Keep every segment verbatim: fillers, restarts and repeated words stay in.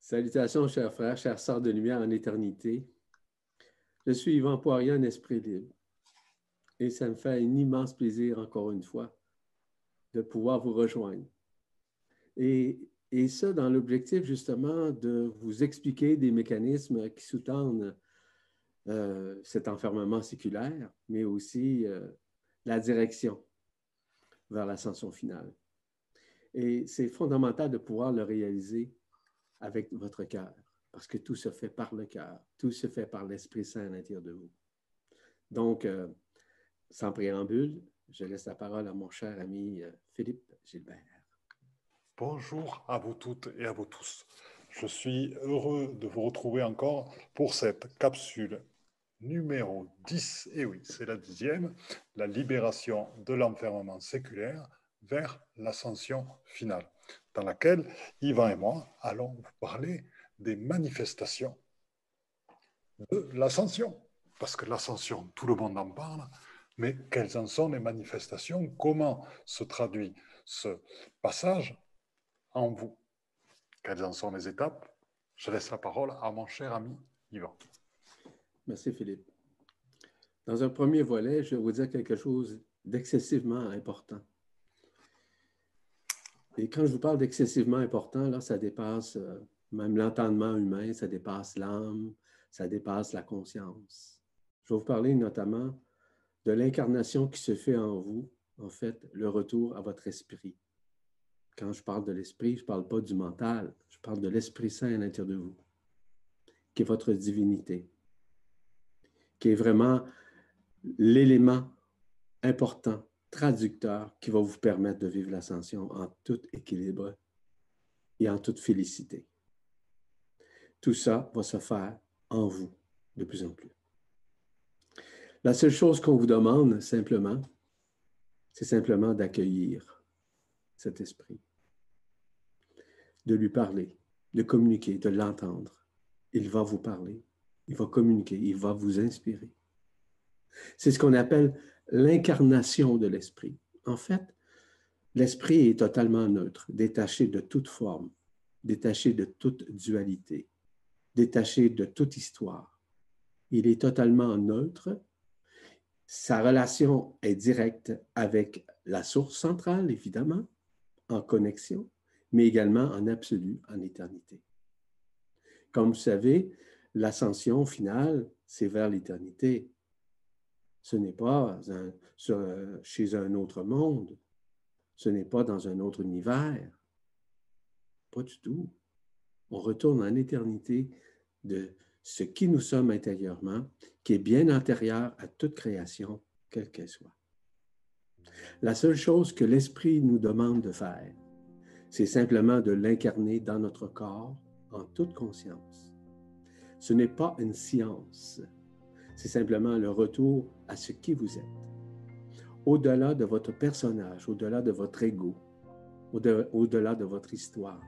Salutations, chers frères, chers sœurs de lumière en éternité. Je suis Yvan Poirier, un esprit libre. Et ça me fait un immense plaisir, encore une fois, de pouvoir vous rejoindre. Et, et ça, dans l'objectif, justement, de vous expliquer des mécanismes qui sous-tendent euh, cet enfermement séculaire, mais aussi euh, la direction vers l'ascension finale. Et c'est fondamental de pouvoir le réaliser avec votre cœur, parce que tout se fait par le cœur, tout se fait par l'Esprit Saint à l'intérieur de vous. Donc, euh, sans préambule, je laisse la parole à mon cher ami euh, Philippe Gilbert. Bonjour à vous toutes et à vous tous. Je suis heureux de vous retrouver encore pour cette capsule numéro dix, et oui, c'est la dixième, la libération de l'enfermement séculaire vers l'ascension finale, dans laquelle Yvan et moi allons vous parler des manifestations de l'ascension. Parce que l'ascension, tout le monde en parle, mais quelles en sont les manifestations? Comment se traduit ce passage en vous? Quelles en sont les étapes? Je laisse la parole à mon cher ami Yvan. Merci Philippe. Dans un premier volet, je vais vous dire quelque chose d'excessivement important. Et quand je vous parle d'excessivement important, là, ça dépasse euh, même l'entendement humain, ça dépasse l'âme, ça dépasse la conscience. Je vais vous parler notamment de l'incarnation qui se fait en vous, en fait, le retour à votre esprit. Quand je parle de l'esprit, je ne parle pas du mental, je parle de l'Esprit Saint à l'intérieur de vous, qui est votre divinité, qui est vraiment l'élément important, traducteur, qui va vous permettre de vivre l'ascension en tout équilibre et en toute félicité. Tout ça va se faire en vous de plus en plus. La seule chose qu'on vous demande, simplement, c'est simplement d'accueillir cet esprit, de lui parler, de communiquer, de l'entendre. Il va vous parler, il va communiquer, il va vous inspirer. C'est ce qu'on appelle l'incarnation de l'esprit. En fait, l'esprit est totalement neutre, détaché de toute forme, détaché de toute dualité, détaché de toute histoire. Il est totalement neutre. Sa relation est directe avec la source centrale, évidemment, en connexion, mais également en absolu, en éternité. Comme vous savez, l'ascension finale, c'est vers l'éternité. Ce n'est pas un, sur, chez un autre monde, ce n'est pas dans un autre univers, pas du tout. On retourne en éternité de ce qui nous sommes intérieurement, qui est bien antérieur à toute création, quelle qu'elle soit. La seule chose que l'Esprit nous demande de faire, c'est simplement de l'incarner dans notre corps en toute conscience. Ce n'est pas une science, c'est simplement le retour à ce qui vous êtes. Au-delà de votre personnage, au-delà de votre ego, au-delà de votre histoire.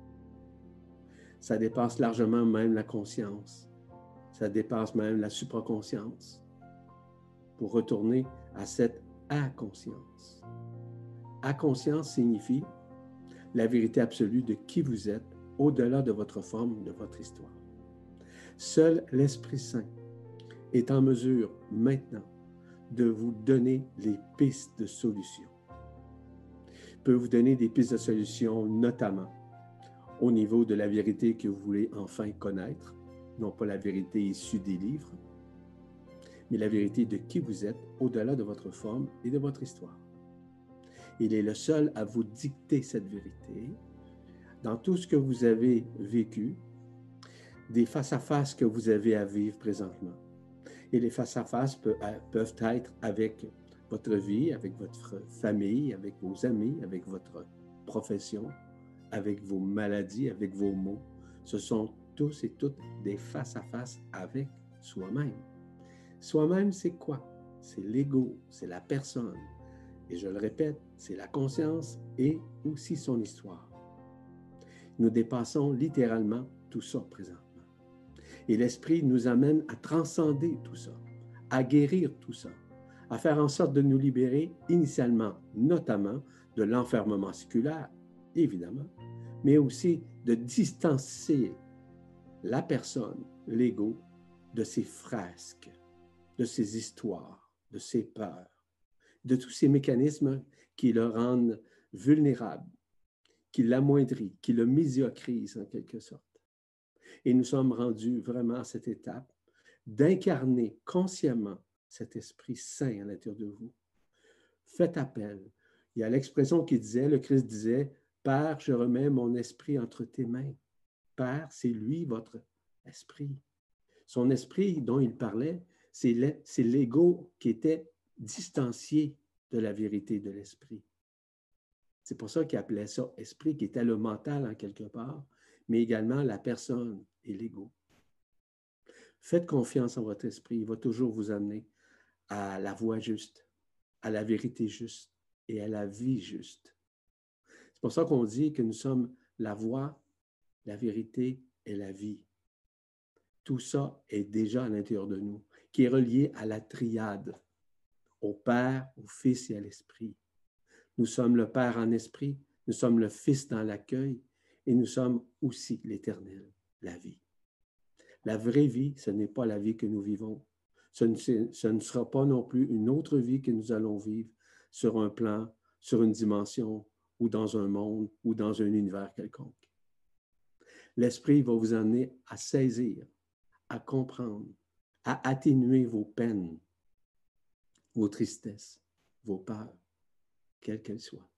Ça dépasse largement même la conscience. Ça dépasse même la supraconscience pour retourner à cette inconscience. Inconscience signifie la vérité absolue de qui vous êtes au-delà de votre forme, de votre histoire. Seul l'Esprit Saint est en mesure maintenant de vous donner les pistes de solution. Il peut vous donner des pistes de solution notamment au niveau de la vérité que vous voulez enfin connaître, non pas la vérité issue des livres, mais la vérité de qui vous êtes au-delà de votre forme et de votre histoire. Il est le seul à vous dicter cette vérité dans tout ce que vous avez vécu, des face-à-face que vous avez à vivre présentement. Et les face-à-face peuvent être avec votre vie, avec votre famille, avec vos amis, avec votre profession, avec vos maladies, avec vos maux. Ce sont tous et toutes des face-à-face avec soi-même. Soi-même, c'est quoi? C'est l'ego, c'est la personne. Et je le répète, c'est la conscience et aussi son histoire. Nous dépassons littéralement tout ça présentement. Et l'Esprit nous amène à transcender tout ça, à guérir tout ça, à faire en sorte de nous libérer initialement, notamment de l'enfermement séculaire, évidemment, mais aussi de distancer la personne, l'ego, de ses frasques, de ses histoires, de ses peurs, de tous ces mécanismes qui le rendent vulnérable, qui l'amoindrit, qui le médiocrise en quelque sorte. Et nous sommes rendus vraiment à cette étape d'incarner consciemment cet Esprit Saint à l'intérieur de vous. Faites appel. Il y a l'expression qui disait, le Christ disait, « Père, je remets mon esprit entre tes mains. » Père, c'est lui, votre esprit. Son esprit dont il parlait, c'est l'ego qui était distancié de la vérité de l'esprit. C'est pour ça qu'il appelait ça esprit, qui était le mental en quelque part, mais également la personne et l'ego. Faites confiance en votre esprit, il va toujours vous amener à la voie juste, à la vérité juste et à la vie juste. C'est pour ça qu'on dit que nous sommes la voie, la vérité et la vie. Tout ça est déjà à l'intérieur de nous, qui est relié à la triade, au Père, au Fils et à l'Esprit. Nous sommes le Père en esprit, nous sommes le Fils dans l'accueil et nous sommes aussi l'Éternel, la vie. La vraie vie, ce n'est pas la vie que nous vivons. Ce ne, ce ne sera pas non plus une autre vie que nous allons vivre sur un plan, sur une dimension ou dans un monde ou dans un univers quelconque. L'Esprit va vous amener à saisir, à comprendre, à atténuer vos peines, vos tristesses, vos peurs, quelles qu'elles soient.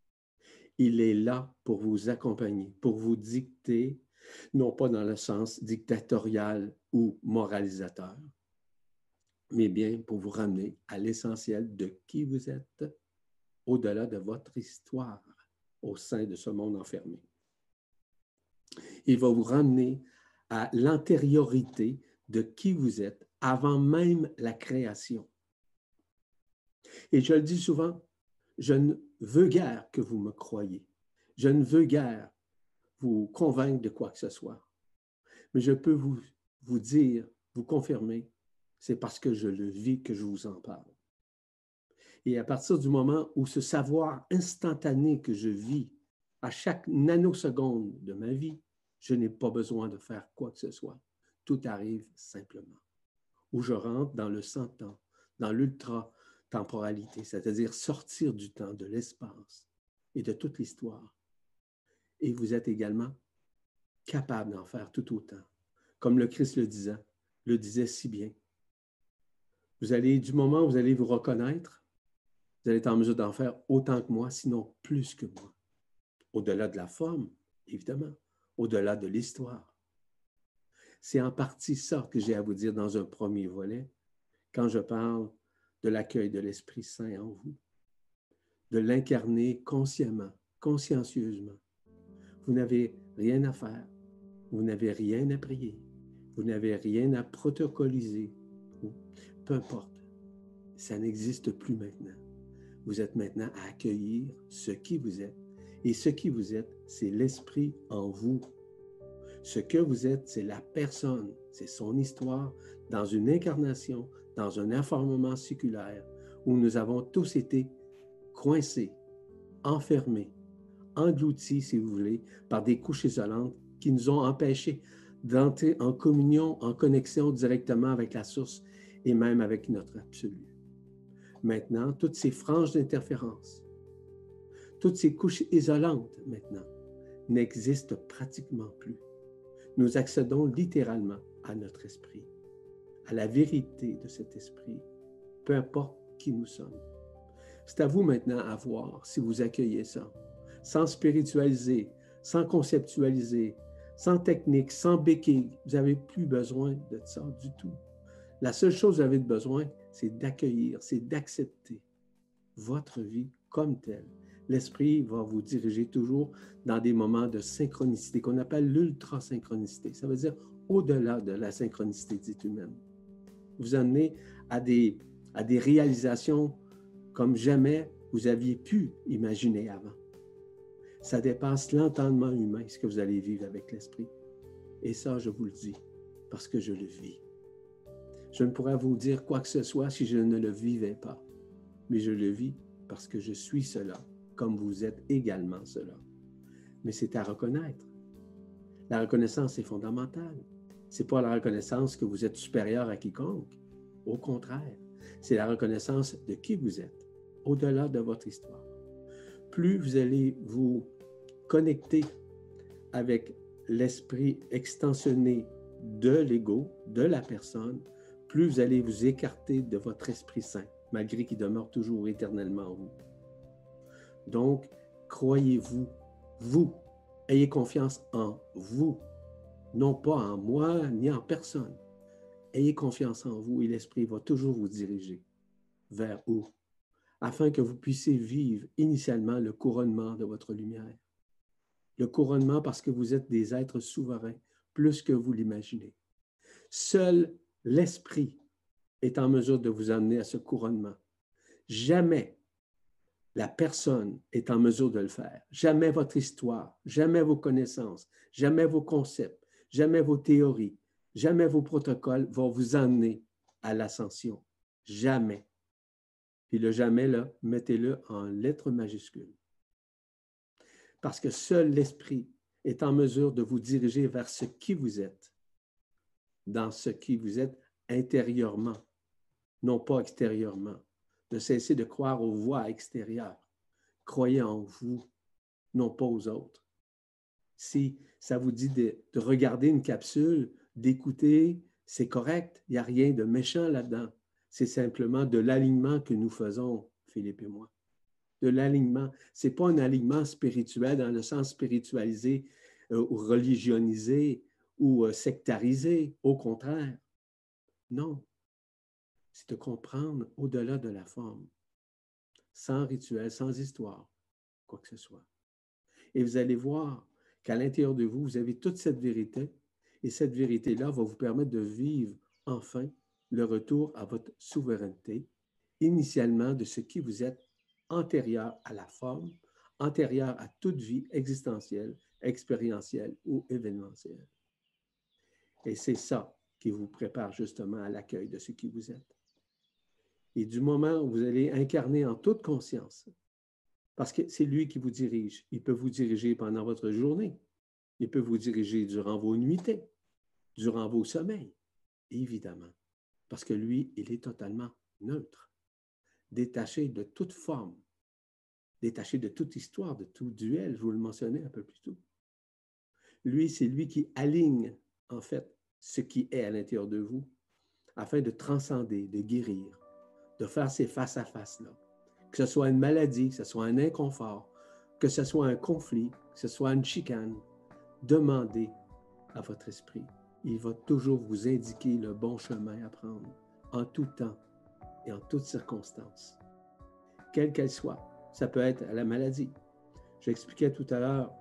Il est là pour vous accompagner, pour vous dicter, non pas dans le sens dictatorial ou moralisateur, mais bien pour vous ramener à l'essentiel de qui vous êtes, au-delà de votre histoire, au sein de ce monde enfermé. Il va vous ramener à l'antériorité de qui vous êtes avant même la création. Et je le dis souvent, je ne veux guère que vous me croyiez. Je ne veux guère vous convaincre de quoi que ce soit. Mais je peux vous, vous dire, vous confirmer, c'est parce que je le vis que je vous en parle. Et à partir du moment où ce savoir instantané que je vis à chaque nanoseconde de ma vie, je n'ai pas besoin de faire quoi que ce soit. Tout arrive simplement. Où je rentre dans le sans-temps, dans l'ultra-temporalité, c'est-à-dire sortir du temps, de l'espace et de toute l'histoire. Et vous êtes également capable d'en faire tout autant. Comme le Christ le disait, le disait si bien. Vous allez, du moment où vous allez vous reconnaître, vous allez être en mesure d'en faire autant que moi, sinon plus que moi. Au-delà de la forme, évidemment, au-delà de l'histoire. C'est en partie ça que j'ai à vous dire dans un premier volet, quand je parle de l'accueil de l'Esprit Saint en vous, de l'incarner consciemment, consciencieusement. Vous n'avez rien à faire, vous n'avez rien à prier, vous n'avez rien à protocoliser, peu importe, ça n'existe plus maintenant. Vous êtes maintenant à accueillir ce qui vous êtes, et ce qui vous êtes, c'est l'Esprit en vous. Ce que vous êtes, c'est la personne, c'est son histoire dans une incarnation, dans un informement séculaire où nous avons tous été coincés, enfermés, engloutis, si vous voulez, par des couches isolantes qui nous ont empêchés d'entrer en communion, en connexion directement avec la source et même avec notre absolu. Maintenant, toutes ces franges d'interférence, toutes ces couches isolantes maintenant, n'existent pratiquement plus. Nous accédons littéralement à notre esprit, à la vérité de cet esprit, peu importe qui nous sommes. C'est à vous maintenant à voir si vous accueillez ça, sans spiritualiser, sans conceptualiser, sans technique, sans béquille. Vous n'avez plus besoin de ça du tout. La seule chose que vous avez besoin, c'est d'accueillir, c'est d'accepter votre vie comme telle. L'esprit va vous diriger toujours dans des moments de synchronicité qu'on appelle l'ultra-synchronicité. Ça veut dire au-delà de la synchronicité dite humaine. Vous amenez à des, à des réalisations comme jamais vous aviez pu imaginer avant. Ça dépasse l'entendement humain, ce que vous allez vivre avec l'esprit. Et ça, je vous le dis, parce que je le vis. Je ne pourrais vous dire quoi que ce soit si je ne le vivais pas. Mais je le vis parce que je suis cela, comme vous êtes également cela. Mais c'est à reconnaître. La reconnaissance est fondamentale. Ce n'est pas la reconnaissance que vous êtes supérieur à quiconque. Au contraire, c'est la reconnaissance de qui vous êtes, au-delà de votre histoire. Plus vous allez vous connecter avec l'esprit extensionné de l'ego, de la personne, plus vous allez vous écarter de votre Esprit Saint, malgré qu'il demeure toujours éternellement en vous. Donc, croyez-vous, vous, ayez confiance en vous, non pas en moi ni en personne. Ayez confiance en vous et l'Esprit va toujours vous diriger. Vers où? Afin que vous puissiez vivre initialement le couronnement de votre lumière. Le couronnement parce que vous êtes des êtres souverains, plus que vous l'imaginez. Seul l'Esprit est en mesure de vous amener à ce couronnement. Jamais la personne est en mesure de le faire. Jamais votre histoire, jamais vos connaissances, jamais vos concepts, jamais vos théories, jamais vos protocoles vont vous amener à l'ascension. Jamais. Puis le jamais, là, mettez-le en lettres majuscules. Parce que seul l'Esprit est en mesure de vous diriger vers ce qui vous êtes, dans ce qui vous êtes intérieurement, non pas extérieurement. Ne cessez de croire aux voies extérieures. Croyez en vous, non pas aux autres. Si ça vous dit de, de regarder une capsule, d'écouter, c'est correct, il n'y a rien de méchant là-dedans. C'est simplement de l'alignement que nous faisons, Philippe et moi. De l'alignement. Ce n'est pas un alignement spirituel dans le sens spiritualisé euh, ou religionnisé ou euh, sectarisé. Au contraire. Non. C'est de comprendre au-delà de la forme, sans rituel, sans histoire, quoi que ce soit. Et vous allez voir qu'à l'intérieur de vous, vous avez toute cette vérité, et cette vérité-là va vous permettre de vivre enfin le retour à votre souveraineté, initialement de ce qui vous êtes antérieur à la forme, antérieur à toute vie existentielle, expérientielle ou événementielle. Et c'est ça qui vous prépare justement à l'accueil de ce qui vous êtes. Et du moment où vous allez incarner en toute conscience, parce que c'est lui qui vous dirige, il peut vous diriger pendant votre journée, il peut vous diriger durant vos nuitées, durant vos sommeils, évidemment, parce que lui, il est totalement neutre, détaché de toute forme, détaché de toute histoire, de tout duel, je vous le mentionnais un peu plus tôt. Lui, c'est lui qui aligne, en fait, ce qui est à l'intérieur de vous, afin de transcender, de guérir, de faire ces face-à-face-là. Que ce soit une maladie, que ce soit un inconfort, que ce soit un conflit, que ce soit une chicane, demandez à votre esprit. Il va toujours vous indiquer le bon chemin à prendre, en tout temps et en toutes circonstances, quelle qu'elle soit. Ça peut être la maladie. J'expliquais tout à l'heure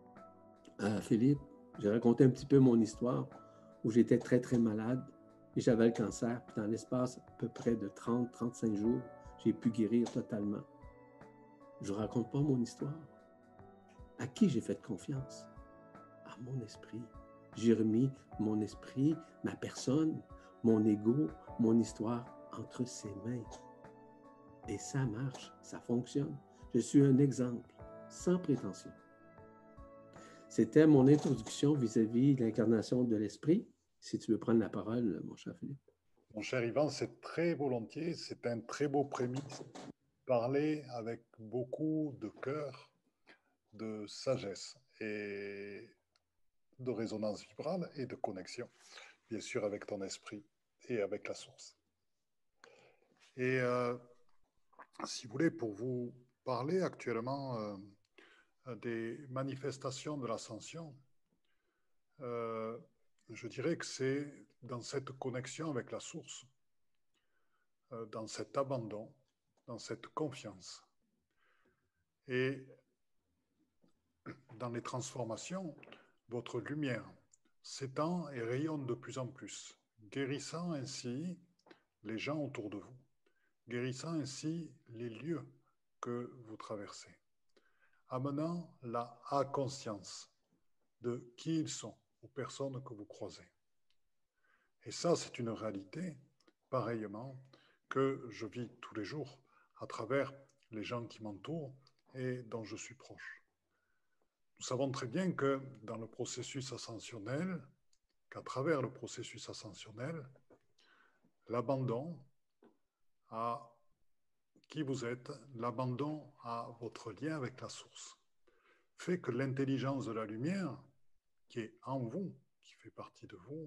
à Philippe, j'ai raconté un petit peu mon histoire, où j'étais très, très malade, et j'avais le cancer, puis dans l'espace à peu près de trente à trente-cinq jours, j'ai pu guérir totalement. Je ne raconte pas mon histoire. À qui j'ai fait confiance? À mon esprit. J'ai remis mon esprit, ma personne, mon ego, mon histoire entre ses mains. Et ça marche, ça fonctionne. Je suis un exemple, sans prétention. C'était mon introduction vis-à-vis de l'incarnation de l'esprit. Si tu veux prendre la parole, mon cher Philippe. Mon cher Yvan, c'est très volontiers, c'est un très beau prémisse. Parler avec beaucoup de cœur, de sagesse et de résonance vibrale et de connexion, bien sûr avec ton esprit et avec la source. Et euh, si vous voulez, pour vous parler actuellement euh, des manifestations de l'ascension, euh, je dirais que c'est dans cette connexion avec la source, euh, dans cet abandon, dans cette confiance et dans les transformations, votre lumière s'étend et rayonne de plus en plus, guérissant ainsi les gens autour de vous, guérissant ainsi les lieux que vous traversez, amenant la conscience de qui ils sont aux personnes que vous croisez. Et ça, c'est une réalité, pareillement, que je vis tous les jours à travers les gens qui m'entourent et dont je suis proche. Nous savons très bien que dans le processus ascensionnel, qu'à travers le processus ascensionnel, l'abandon à qui vous êtes, l'abandon à votre lien avec la source, fait que l'intelligence de la lumière qui est en vous, qui fait partie de vous,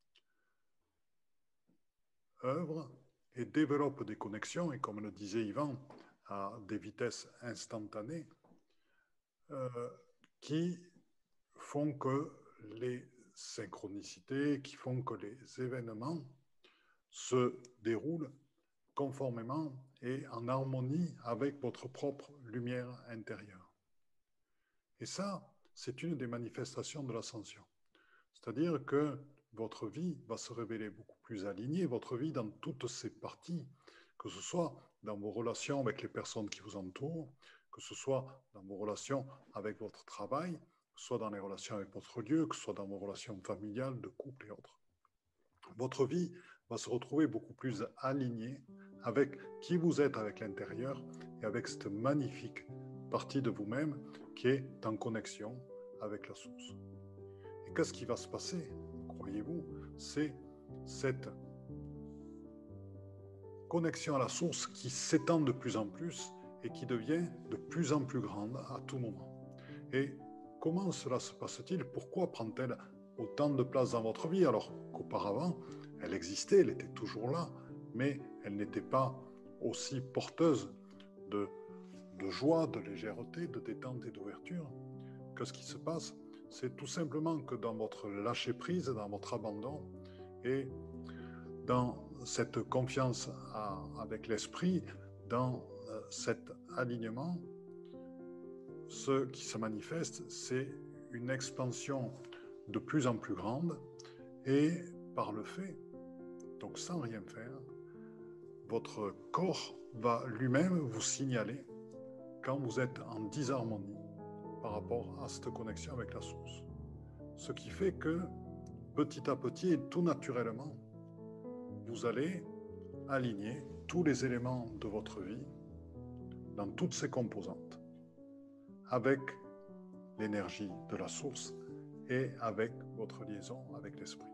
œuvre et développe des connexions, et comme le disait Yvan, à des vitesses instantanées, euh, qui font que les synchronicités, qui font que les événements se déroulent conformément et en harmonie avec votre propre lumière intérieure. Et ça, c'est une des manifestations de l'ascension. C'est-à-dire que votre vie va se révéler beaucoup plus alignée, votre vie dans toutes ses parties, que ce soit dans vos relations avec les personnes qui vous entourent, que ce soit dans vos relations avec votre travail, que ce soit dans les relations avec votre lieu, que ce soit dans vos relations familiales, de couple et autres. Votre vie va se retrouver beaucoup plus alignée avec qui vous êtes avec l'intérieur et avec cette magnifique partie de vous-même qui est en connexion avec la source. Et qu'est-ce qui va se passer, croyez-vous? C'est cette connexion à la source qui s'étend de plus en plus et qui devient de plus en plus grande à tout moment. Et comment cela se passe-t-il? Pourquoi prend-elle autant de place dans votre vie alors qu'auparavant, elle existait, elle était toujours là, mais elle n'était pas aussi porteuse de, de joie, de légèreté, de détente et d'ouverture? Qu'est-ce qui se passe? C'est tout simplement que dans votre lâcher-prise, dans votre abandon et dans cette confiance à, avec l'esprit, dans euh, cet alignement, ce qui se manifeste, c'est une expansion de plus en plus grande et par le fait, donc sans rien faire, votre corps va lui-même vous signaler quand vous êtes en disharmonie par rapport à cette connexion avec la source. Ce qui fait que petit à petit et tout naturellement, vous allez aligner tous les éléments de votre vie dans toutes ses composantes avec l'énergie de la source et avec votre liaison avec l'esprit.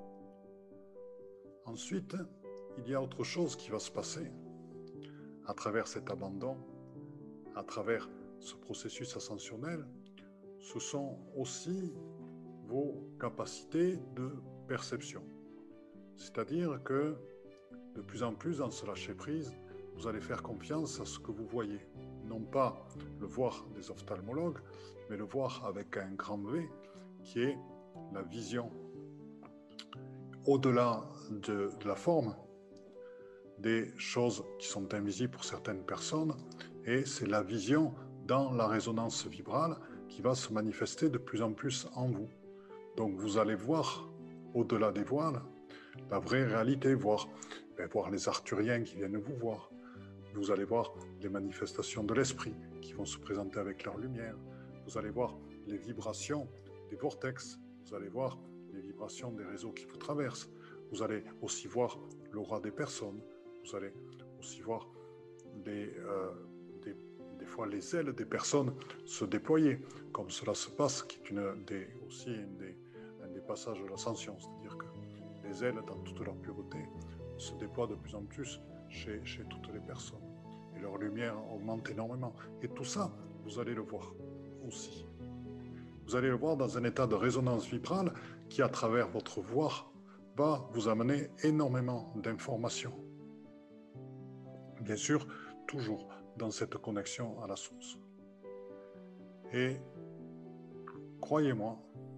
Ensuite, il y a autre chose qui va se passer à travers cet abandon, à travers ce processus ascensionnel. Ce sont aussi vos capacités de perception. C'est-à-dire que de plus en plus, dans ce lâcher-prise, vous allez faire confiance à ce que vous voyez. Non pas le voir des ophtalmologues, mais le voir avec un grand V, qui est la vision au-delà de, de la forme, des choses qui sont invisibles pour certaines personnes, et c'est la vision dans la résonance vibrale qui va se manifester de plus en plus en vous. Donc vous allez voir au-delà des voiles la vraie réalité, voir, ben, voir les arthuriens qui viennent vous voir. Vous allez voir les manifestations de l'esprit qui vont se présenter avec leur lumière. Vous allez voir les vibrations des vortex. Vous allez voir les vibrations des réseaux qui vous traversent. Vous allez aussi voir l'aura des personnes. Vous allez aussi voir les, euh, des, des fois les ailes des personnes se déployer, comme cela se passe, qui est une des, aussi une des, un des passages de l'ascension. C'est-à-dire que les ailes, dans toute leur pureté, se déploient de plus en plus chez, chez toutes les personnes. Et leur lumière augmente énormément. Et tout ça, vous allez le voir aussi. Vous allez le voir dans un état de résonance vibrale qui, à travers votre voir, va vous amener énormément d'informations. Bien sûr, toujours dans cette connexion à la source. Et croyez-moi,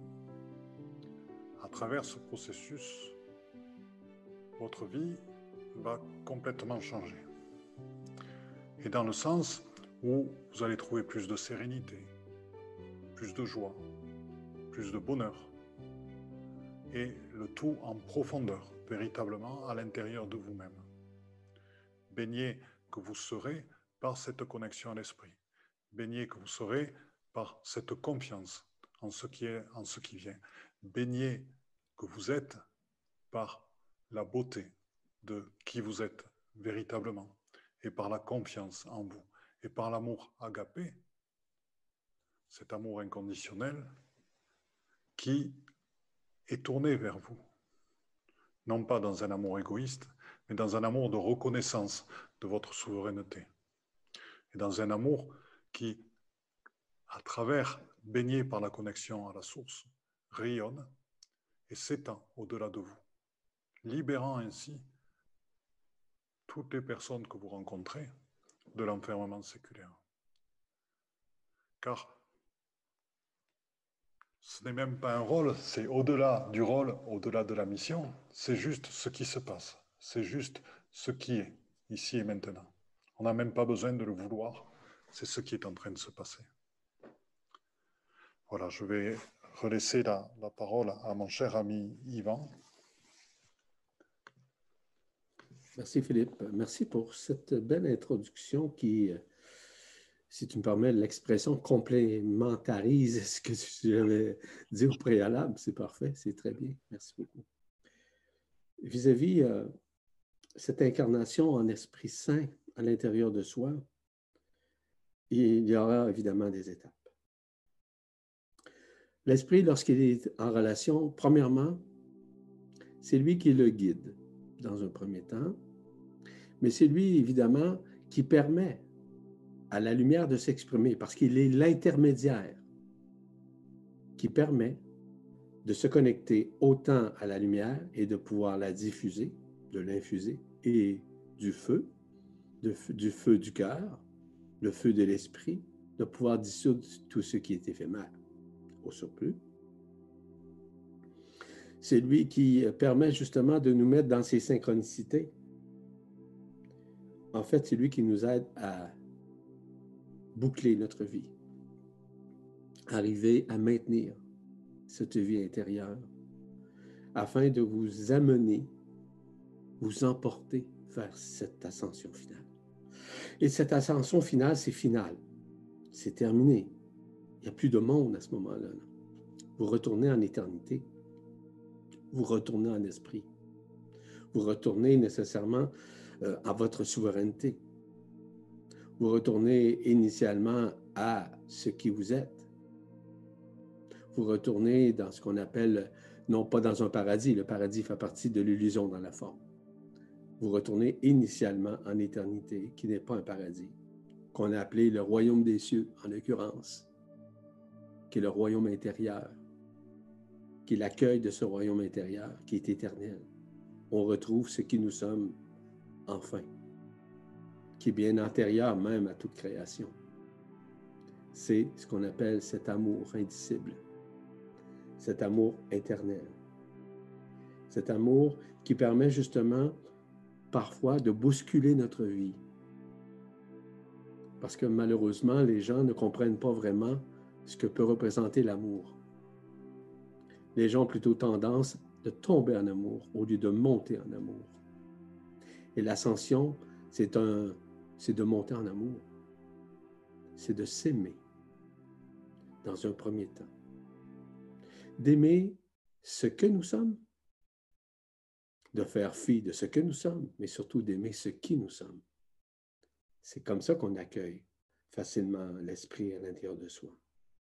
à travers ce processus, votre vie va complètement changer. Et dans le sens où vous allez trouver plus de sérénité, plus de joie, plus de bonheur, et le tout en profondeur, véritablement à l'intérieur de vous-même. Baigné que vous serez par cette connexion à l'esprit. Baigné que vous serez par cette confiance en ce qui est, en ce qui vient. Baigné que vous êtes par la beauté de qui vous êtes véritablement et par la confiance en vous et par l'amour agapé, cet amour inconditionnel qui est tourné vers vous. Non pas dans un amour égoïste, mais dans un amour de reconnaissance de votre souveraineté. Et dans un amour qui, à travers, baigné par la connexion à la source, rayonne et s'étend au-delà de vous, libérant ainsi toutes les personnes que vous rencontrez de l'enfermement séculaire. Car ce n'est même pas un rôle, c'est au-delà du rôle, au-delà de la mission, c'est juste ce qui se passe, c'est juste ce qui est, ici et maintenant. On n'a même pas besoin de le vouloir, c'est ce qui est en train de se passer. Voilà, je vais relaisser la, la parole à mon cher ami Yvan. Merci Philippe. Merci pour cette belle introduction qui, si tu me permets l'expression, complémentarise ce que j'avais dit au préalable. C'est parfait, c'est très bien. Merci beaucoup. Vis-à-vis euh, cette incarnation en Esprit Saint à l'intérieur de soi, il y aura évidemment des étapes. L'Esprit, lorsqu'il est en relation, premièrement, c'est lui qui le guide dans un premier temps, mais c'est lui, évidemment, qui permet à la lumière de s'exprimer, parce qu'il est l'intermédiaire qui permet de se connecter autant à la lumière et de pouvoir la diffuser, de l'infuser, et du feu, de, du feu du cœur, le feu de l'esprit, de pouvoir dissoudre tout ce qui est éphémère au surplus. C'est lui qui permet justement de nous mettre dans ces synchronicités. En fait, c'est lui qui nous aide à boucler notre vie, arriver à maintenir cette vie intérieure, afin de vous amener, vous emporter vers cette ascension finale. Et cette ascension finale, c'est final. C'est terminé. Il n'y a plus de monde à ce moment-là. Vous retournez en éternité. Vous retournez en esprit. Vous retournez nécessairement euh, à votre souveraineté. Vous retournez initialement à ce qui vous êtes. Vous retournez dans ce qu'on appelle, non pas dans un paradis, le paradis fait partie de l'illusion dans la forme. Vous retournez initialement en éternité, qui n'est pas un paradis, qu'on a appelé le royaume des cieux, en l'occurrence, qui est le royaume intérieur, qui est l'accueil de ce royaume intérieur, qui est éternel. On retrouve ce qui nous sommes enfin, qui est bien antérieur même à toute création. C'est ce qu'on appelle cet amour indicible, cet amour éternel, cet amour qui permet justement parfois de bousculer notre vie. Parce que malheureusement, les gens ne comprennent pas vraiment ce que peut représenter l'amour. Les gens ont plutôt tendance de tomber en amour au lieu de monter en amour. Et l'ascension, c'est un, c'est de monter en amour. C'est de s'aimer dans un premier temps. D'aimer ce que nous sommes, de faire fi de ce que nous sommes, mais surtout d'aimer ce qui nous sommes. C'est comme ça qu'on accueille facilement l'esprit à l'intérieur de soi.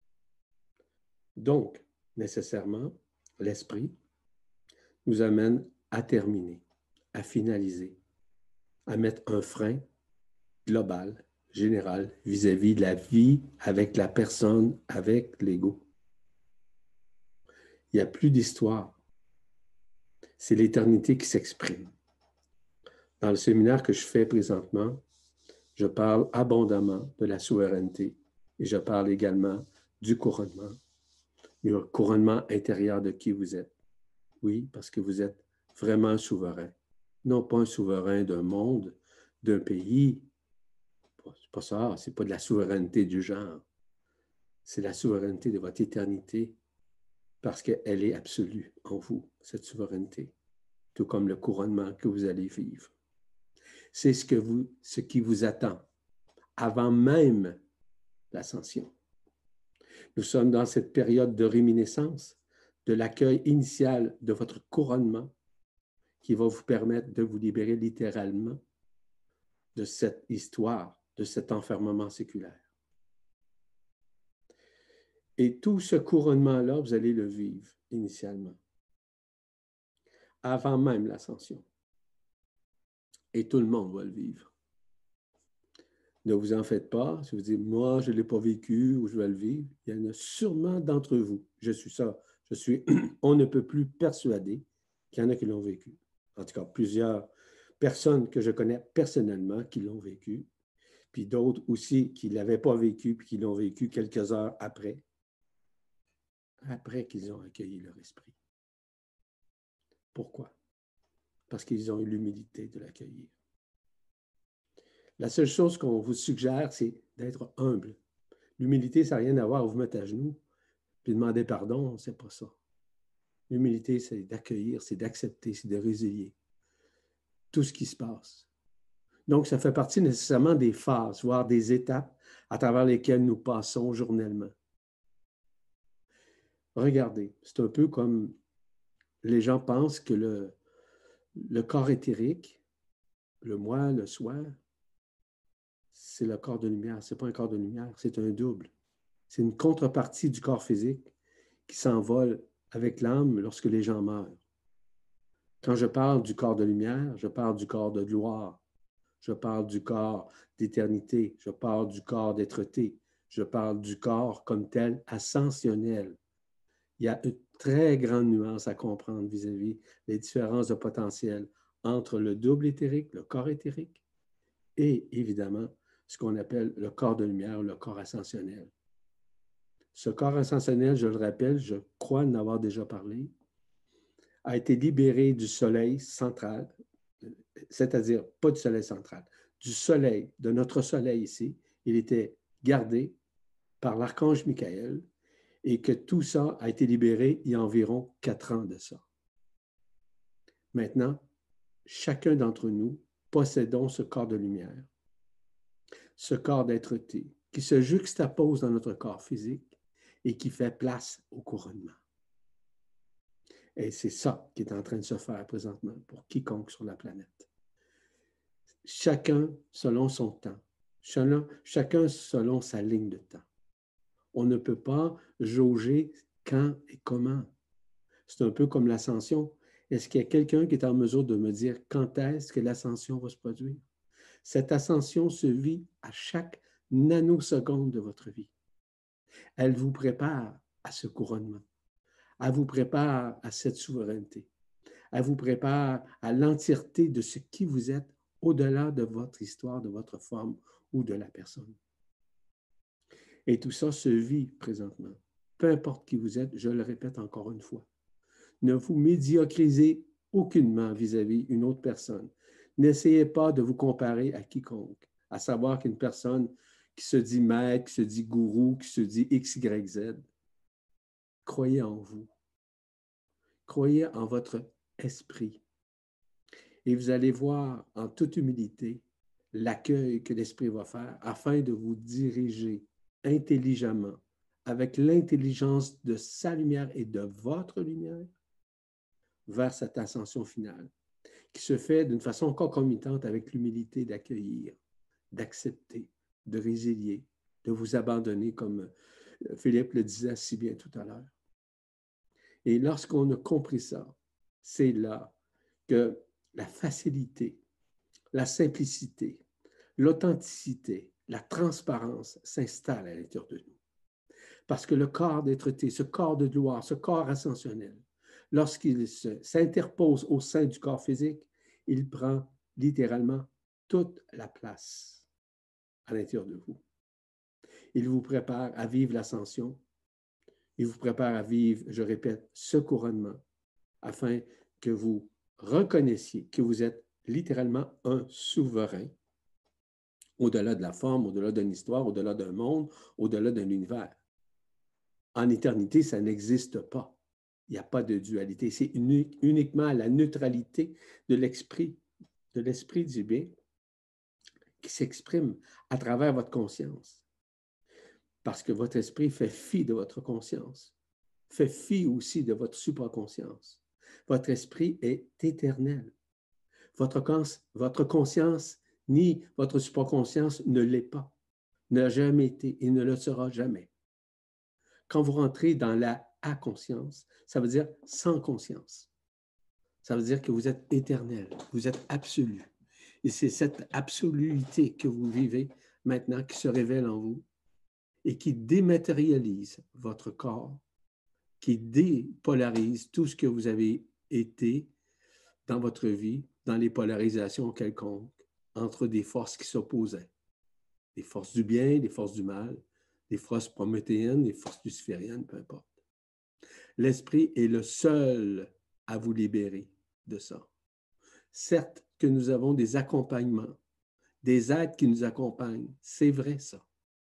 Donc, nécessairement, l'esprit nous amène à terminer, à finaliser, à mettre un frein global, général, vis-à-vis de la vie avec la personne, avec l'ego. Il n'y a plus d'histoire. C'est l'éternité qui s'exprime. Dans le séminaire que je fais présentement, je parle abondamment de la souveraineté et je parle également du couronnement, du couronnement intérieur de qui vous êtes. Oui, parce que vous êtes vraiment un souverain. Non pas un souverain d'un monde, d'un pays. C'est pas ça, c'est pas de la souveraineté du genre. C'est la souveraineté de votre éternité parce qu'elle est absolue en vous, cette souveraineté, tout comme le couronnement que vous allez vivre. C'est ce, que vous, ce qui vous attend avant même l'ascension. Nous sommes dans cette période de réminiscence, de l'accueil initial de votre couronnement qui va vous permettre de vous libérer littéralement de cette histoire, de cet enfermement séculaire. Et tout ce couronnement-là, vous allez le vivre initialement. avant même l'ascension. Et tout le monde va le vivre. Ne vous en faites pas. Si vous dites, moi, je ne l'ai pas vécu ou je vais le vivre, il y en a sûrement d'entre vous. Je suis ça. Je suis, on ne peut plus persuader qu'il y en a qui l'ont vécu. En tout cas, plusieurs personnes que je connais personnellement qui l'ont vécu, puis d'autres aussi qui ne l'avaient pas vécu puis qui l'ont vécu quelques heures après, après qu'ils ont accueilli leur esprit. Pourquoi? Parce qu'ils ont eu l'humilité de l'accueillir. La seule chose qu'on vous suggère, c'est d'être humble. L'humilité, ça n'a rien à voir à vous mettre à genoux puis demander pardon, c'est pas ça. L'humilité, c'est d'accueillir, c'est d'accepter, c'est de résilier tout ce qui se passe. Donc, ça fait partie nécessairement des phases, voire des étapes à travers lesquelles nous passons journellement. Regardez, c'est un peu comme les gens pensent que le, le corps éthérique, le moi, le soi, c'est le corps de lumière. Ce n'est pas un corps de lumière, c'est un double. C'est une contrepartie du corps physique qui s'envole avec l'âme lorsque les gens meurent. Quand je parle du corps de lumière, je parle du corps de gloire. Je parle du corps d'éternité. Je parle du corps d'être-té. Je parle du corps comme tel ascensionnel. Il y a une très grande nuance à comprendre vis-à-vis des différences de potentiel entre le double éthérique, le corps éthérique, et évidemment ce qu'on appelle le corps de lumière, le corps ascensionnel. Ce corps ascensionnel, je le rappelle, je crois en avoir déjà parlé, a été libéré du soleil central, c'est-à-dire pas du soleil central, du soleil, de notre soleil ici. Il était gardé par l'archange Michael et que tout ça a été libéré il y a environ quatre ans de ça. Maintenant, chacun d'entre nous possédons ce corps de lumière, ce corps d'être-té qui se juxtapose dans notre corps physique et qui fait place au couronnement. Et c'est ça qui est en train de se faire présentement pour quiconque sur la planète. Chacun selon son temps, chacun selon sa ligne de temps. On ne peut pas jauger quand et comment. C'est un peu comme l'ascension. Est-ce qu'il y a quelqu'un qui est en mesure de me dire quand est-ce que l'ascension va se produire? Cette ascension se vit à chaque nanoseconde de votre vie. Elle vous prépare à ce couronnement. Elle vous prépare à cette souveraineté. Elle vous prépare à l'entièreté de ce qui vous êtes au-delà de votre histoire, de votre forme ou de la personne. Et tout ça se vit présentement. Peu importe qui vous êtes, je le répète encore une fois. Ne vous médiocrisez aucunement vis-à-vis d'une autre personne. N'essayez pas de vous comparer à quiconque, à savoir qu'une personne qui se dit maître, qui se dit gourou, qui se dit X, Y, Z. Croyez en vous. Croyez en votre esprit. Et vous allez voir en toute humilité l'accueil que l'esprit va faire afin de vous diriger intelligemment, avec l'intelligence de sa lumière et de votre lumière, vers cette ascension finale, qui se fait d'une façon concomitante avec l'humilité d'accueillir, d'accepter, de résilier, de vous abandonner, comme Philippe le disait si bien tout à l'heure. Et lorsqu'on a compris ça, c'est là que la facilité, la simplicité, l'authenticité, la transparence s'installent à l'intérieur de nous. Parce que le corps d'être-té, ce corps de gloire, ce corps ascensionnel, lorsqu'il s'interpose au sein du corps physique, il prend littéralement toute la place à l'intérieur de vous. Il vous prépare à vivre l'ascension. Il vous prépare à vivre, je répète, ce couronnement, afin que vous reconnaissiez que vous êtes littéralement un souverain, au-delà de la forme, au-delà d'une histoire, au-delà d'un monde, au-delà d'un univers. En éternité, ça n'existe pas. Il n'y a pas de dualité. C'est unique, uniquement la neutralité de l'esprit, de l'esprit du bien qui s'exprime à travers votre conscience. Parce que votre esprit fait fi de votre conscience, fait fi aussi de votre supraconscience. Votre esprit est éternel. Votre, votre conscience ni votre supraconscience ne l'est pas, n'a jamais été et ne le sera jamais. Quand vous rentrez dans la à-conscience, ça veut dire sans conscience. Ça veut dire que vous êtes éternel, vous êtes absolu. Et c'est cette absoluité que vous vivez maintenant qui se révèle en vous et qui dématérialise votre corps, qui dépolarise tout ce que vous avez été dans votre vie, dans les polarisations quelconques, entre des forces qui s'opposaient. Les forces du bien, les forces du mal, les forces prométhéennes, les forces lucifériennes, peu importe. L'Esprit est le seul à vous libérer de ça. Certes que nous avons des accompagnements, des êtres qui nous accompagnent, c'est vrai ça.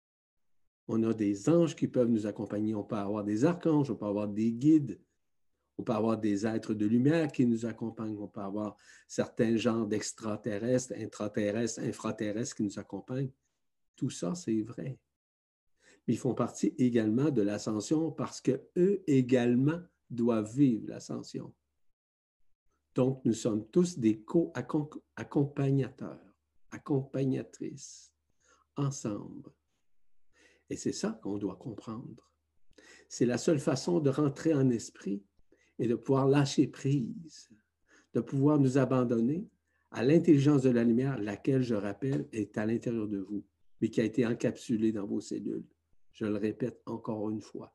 On a des anges qui peuvent nous accompagner, on peut avoir des archanges, on peut avoir des guides, on peut avoir des êtres de lumière qui nous accompagnent, on peut avoir certains genres d'extraterrestres, intraterrestres, infraterrestres qui nous accompagnent. Tout ça, c'est vrai. Mais ils font partie également de l'ascension parce qu'eux également doivent vivre l'ascension. Donc, nous sommes tous des co-accompagnateurs, accompagnatrices, ensemble. Et c'est ça qu'on doit comprendre. C'est la seule façon de rentrer en esprit et de pouvoir lâcher prise, de pouvoir nous abandonner à l'intelligence de la lumière, laquelle, je rappelle, est à l'intérieur de vous, mais qui a été encapsulée dans vos cellules. Je le répète encore une fois.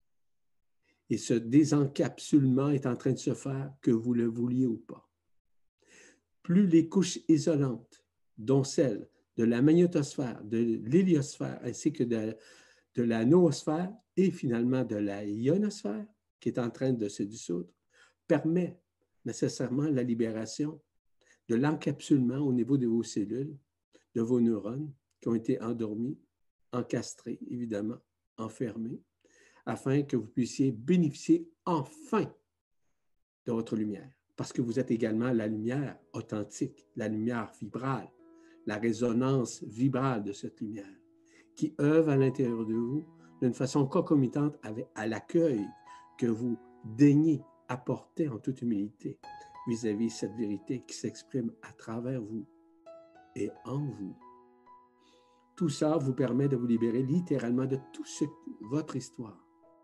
Et ce désencapsulement est en train de se faire, que vous le vouliez ou pas. Plus les couches isolantes, dont celle de la magnétosphère, de l'héliosphère, ainsi que de, de la noosphère et finalement de la ionosphère, qui est en train de se dissoudre, permet nécessairement la libération de l'encapsulement au niveau de vos cellules, de vos neurones qui ont été endormis, encastrés, évidemment, enfermés, afin que vous puissiez bénéficier enfin de votre lumière. Parce que vous êtes également la lumière authentique, la lumière vibrale, la résonance vibrale de cette lumière, qui œuvre à l'intérieur de vous d'une façon concomitante avec, à l'accueil que vous daignez apporter en toute humilité vis-à-vis de cette vérité qui s'exprime à travers vous et en vous. Tout ça vous permet de vous libérer littéralement de tout ce, votre histoire.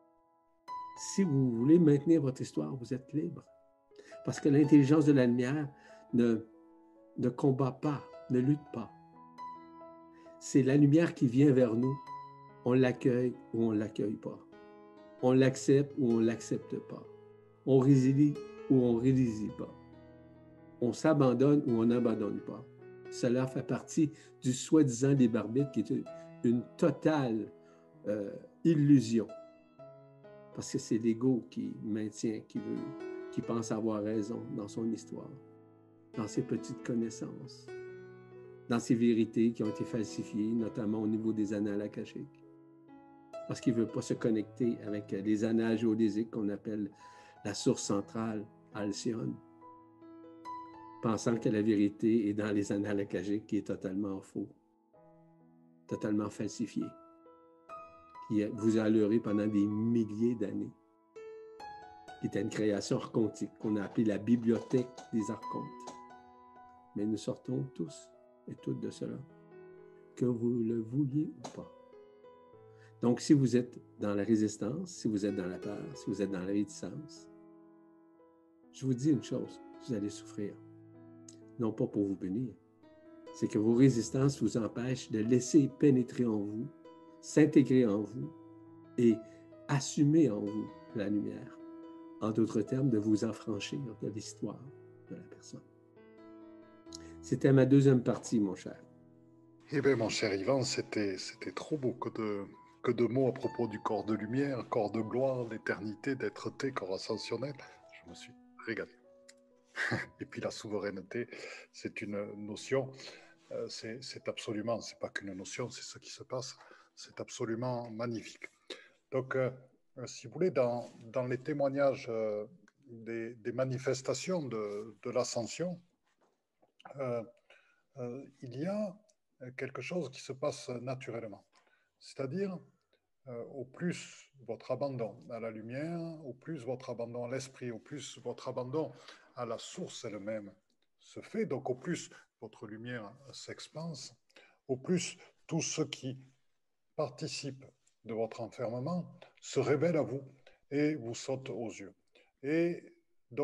Si vous voulez maintenir votre histoire, vous êtes libre. Parce que l'intelligence de la lumière ne, ne combat pas, ne lutte pas. C'est la lumière qui vient vers nous. On l'accueille ou on ne l'accueille pas. On l'accepte ou on ne l'accepte pas. On résilie ou on ne résilie pas. On s'abandonne ou on n'abandonne pas. Cela fait partie du soi-disant libre arbitre qui est une totale euh, illusion. Parce que c'est l'ego qui maintient, qui veut, qui pense avoir raison dans son histoire, dans ses petites connaissances, dans ses vérités qui ont été falsifiées, notamment au niveau des annales akashiques. Parce qu'il ne veut pas se connecter avec les annales géodésiques qu'on appelle la source centrale, Alcyone, pensant que la vérité est dans les annales akashiques, qui est totalement faux, totalement falsifié, qui vous a leurré pendant des milliers d'années, qui était une création archontique qu'on a appelée la bibliothèque des archontes. Mais nous sortons tous et toutes de cela, que vous le vouliez ou pas. Donc, si vous êtes dans la résistance, si vous êtes dans la peur, si vous êtes dans la réticence, je vous dis une chose, vous allez souffrir. Non pas pour vous bénir, c'est que vos résistances vous empêchent de laisser pénétrer en vous, s'intégrer en vous et assumer en vous la lumière. En d'autres termes, de vous affranchir de l'histoire de la personne. C'était ma deuxième partie, mon cher. Eh bien, mon cher Yvan, c'était, c'était trop beau que de, que de mots à propos du corps de lumière, corps de gloire, d'éternité, d'être-té, corps ascensionnel. Je me suis régalé. Et puis la souveraineté, c'est une notion, euh, c'est, c'est absolument, c'est pas qu'une notion, c'est ce qui se passe, c'est absolument magnifique. Donc, euh, si vous voulez, dans, dans les témoignages euh, des, des manifestations de, de l'ascension, euh, euh, il y a quelque chose qui se passe naturellement. C'est-à-dire, euh, au plus votre abandon à la lumière, au plus votre abandon à l'esprit, au plus votre abandon à la source elle-même se fait, donc au plus votre lumière s'expanse, au plus tout ce qui participe de votre enfermement se révèle à vous et vous saute aux yeux. Et donc,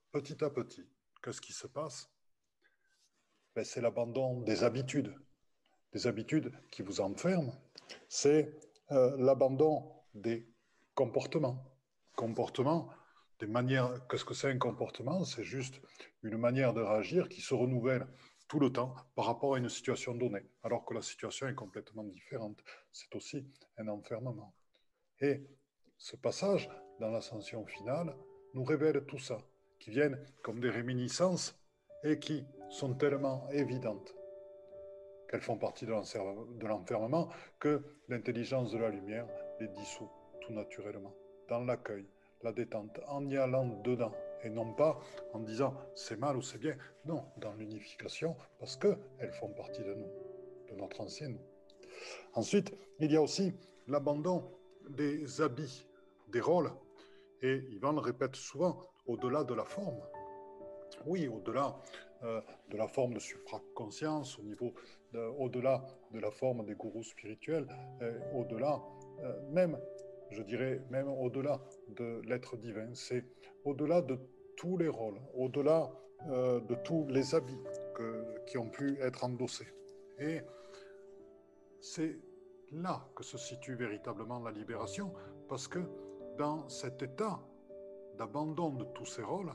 petit à petit, qu'est-ce qui se passe? Ben, c'est l'abandon des habitudes, des habitudes qui vous enferment. C'est euh, l'abandon des comportements. Comportements, des manières. Qu'est-ce que c'est un comportement? C'est juste une manière de réagir qui se renouvelle tout le temps par rapport à une situation donnée, alors que la situation est complètement différente. C'est aussi un enfermement. Et ce passage dans l'ascension finale nous révèle tout ça, qui viennent comme des réminiscences et qui sont tellement évidentes qu'elles font partie de l'enfermement que l'intelligence de la lumière les dissout tout naturellement, dans l'accueil, la détente, en y allant dedans, et non pas en disant c'est mal ou c'est bien, non, dans l'unification, parce qu'elles font partie de nous, de notre ancien nous. Ensuite, il y a aussi l'abandon des habits, des rôles, et Yvan le répète souvent, au-delà de la forme. Oui, au-delà euh, de la forme de supraconscience, au niveau de, au-delà de la forme des gourous spirituels, euh, au-delà, euh, même, je dirais, même au-delà de l'être divin, c'est au-delà de tous les rôles, au-delà euh, de tous les habits que, qui ont pu être endossés. Et c'est là que se situe véritablement la libération, parce que dans cet état d'abandon de tous ces rôles,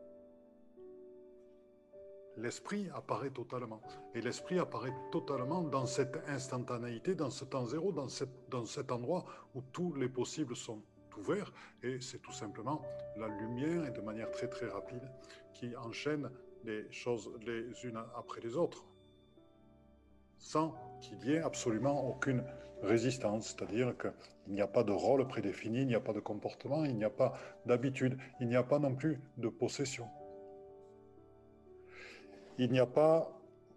l'esprit apparaît totalement. Et l'esprit apparaît totalement dans cette instantanéité, dans ce temps zéro, dans, cette, dans cet endroit où tous les possibles sont ouverts. Et c'est tout simplement la lumière, et de manière très très rapide, qui enchaîne les choses les unes après les autres, sans qu'il y ait absolument aucune résistance. C'est-à-dire qu'il n'y a pas de rôle prédéfini, il n'y a pas de comportement, il n'y a pas d'habitude, il n'y a pas non plus de possession. Il n'y a pas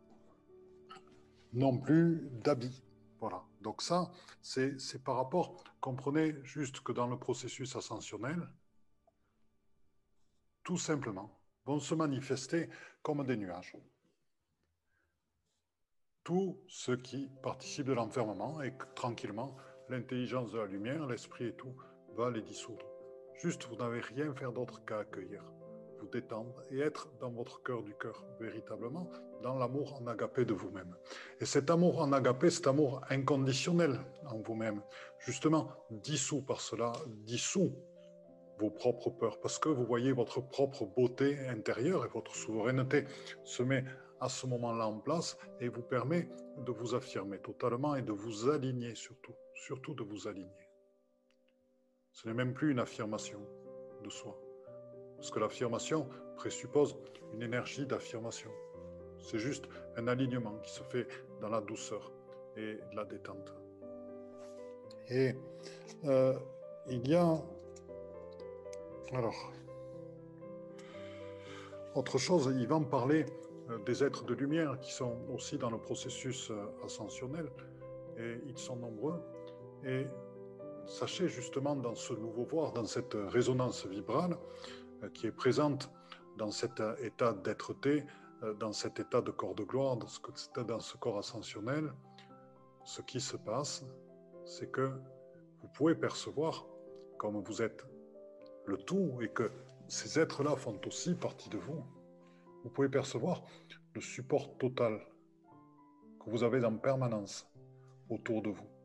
non plus d'habits. Voilà. Donc ça, c'est, c'est par rapport, comprenez juste que dans le processus ascensionnel, tout simplement, vont se manifester comme des nuages. Tout ce qui participe de l'enfermement et que, tranquillement, l'intelligence de la lumière, l'esprit et tout, va les dissoudre. Juste, vous n'avez rien à faire d'autre qu'à accueillir, vous détendre et être dans votre cœur du cœur, véritablement, dans l'amour en agapé de vous-même. Et cet amour en agapé, cet amour inconditionnel en vous-même, justement, dissout par cela, dissout vos propres peurs, parce que vous voyez votre propre beauté intérieure et votre souveraineté se met à ce moment-là en place et vous permet de vous affirmer totalement et de vous aligner surtout, surtout de vous aligner. Ce n'est même plus une affirmation de soi, parce que l'affirmation présuppose une énergie d'affirmation. C'est juste un alignement qui se fait dans la douceur et la détente. Et euh, il y a... Alors, autre chose, Yvan parlait des êtres de lumière qui sont aussi dans le processus ascensionnel, et ils sont nombreux. Et sachez justement dans ce nouveau voir, dans cette résonance vibrale qui est présente dans cet état d'être-té, dans cet état de corps de gloire, dans ce, dans ce corps ascensionnel, ce qui se passe, c'est que vous pouvez percevoir, comme vous êtes le tout, et que ces êtres-là font aussi partie de vous, vous pouvez percevoir le support total que vous avez en permanence autour de vous.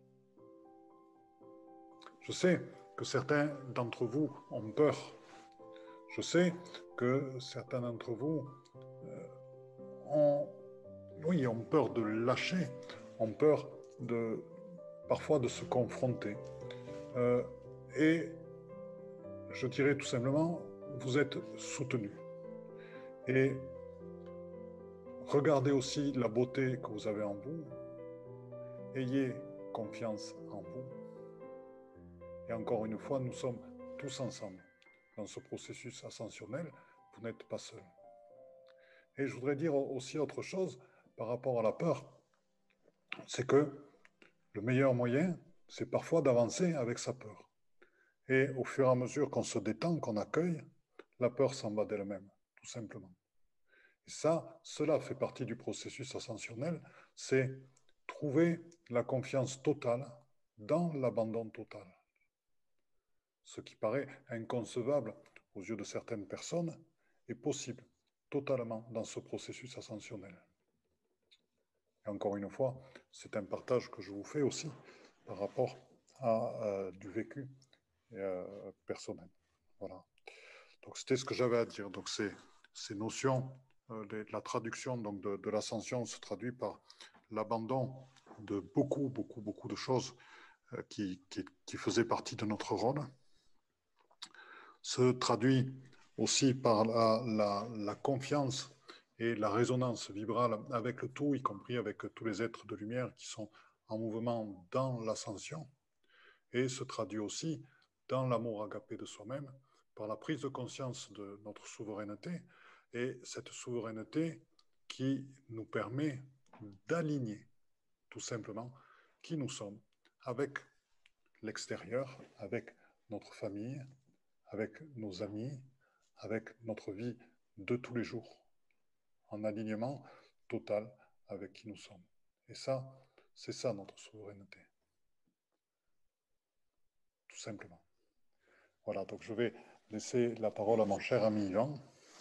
Je sais que certains d'entre vous ont peur. Je sais que certains d'entre vous euh, ont, oui, ont peur de lâcher, ont peur de, parfois de se confronter. Euh, et je dirais tout simplement, vous êtes soutenus. Et regardez aussi la beauté que vous avez en vous. Ayez confiance en vous. Et encore une fois, nous sommes tous ensemble dans ce processus ascensionnel. Vous n'êtes pas seul. Et je voudrais dire aussi autre chose par rapport à la peur. C'est que le meilleur moyen, c'est parfois d'avancer avec sa peur. Et au fur et à mesure qu'on se détend, qu'on accueille, la peur s'en va d'elle-même, tout simplement. Et ça, cela fait partie du processus ascensionnel, c'est trouver la confiance totale dans l'abandon total. Ce qui paraît inconcevable aux yeux de certaines personnes, est possible totalement dans ce processus ascensionnel. Et encore une fois, c'est un partage que je vous fais aussi par rapport à euh, du vécu euh, personnel. Voilà. Donc c'était ce que j'avais à dire. Donc ces, ces notions, euh, les, la traduction donc, de, de l'ascension se traduit par l'abandon de beaucoup, beaucoup, beaucoup de choses euh, qui, qui, qui faisaient partie de notre rôle, se traduit aussi par la, la, la confiance et la résonance vibrale avec le tout, y compris avec tous les êtres de lumière qui sont en mouvement dans l'ascension, et se traduit aussi dans l'amour agapé de soi-même, par la prise de conscience de notre souveraineté, et cette souveraineté qui nous permet d'aligner tout simplement qui nous sommes avec l'extérieur, avec notre famille, avec nos amis, avec notre vie de tous les jours, en alignement total avec qui nous sommes. Et ça, c'est ça notre souveraineté. Tout simplement. Voilà, donc je vais laisser la parole à mon cher ami Yvan.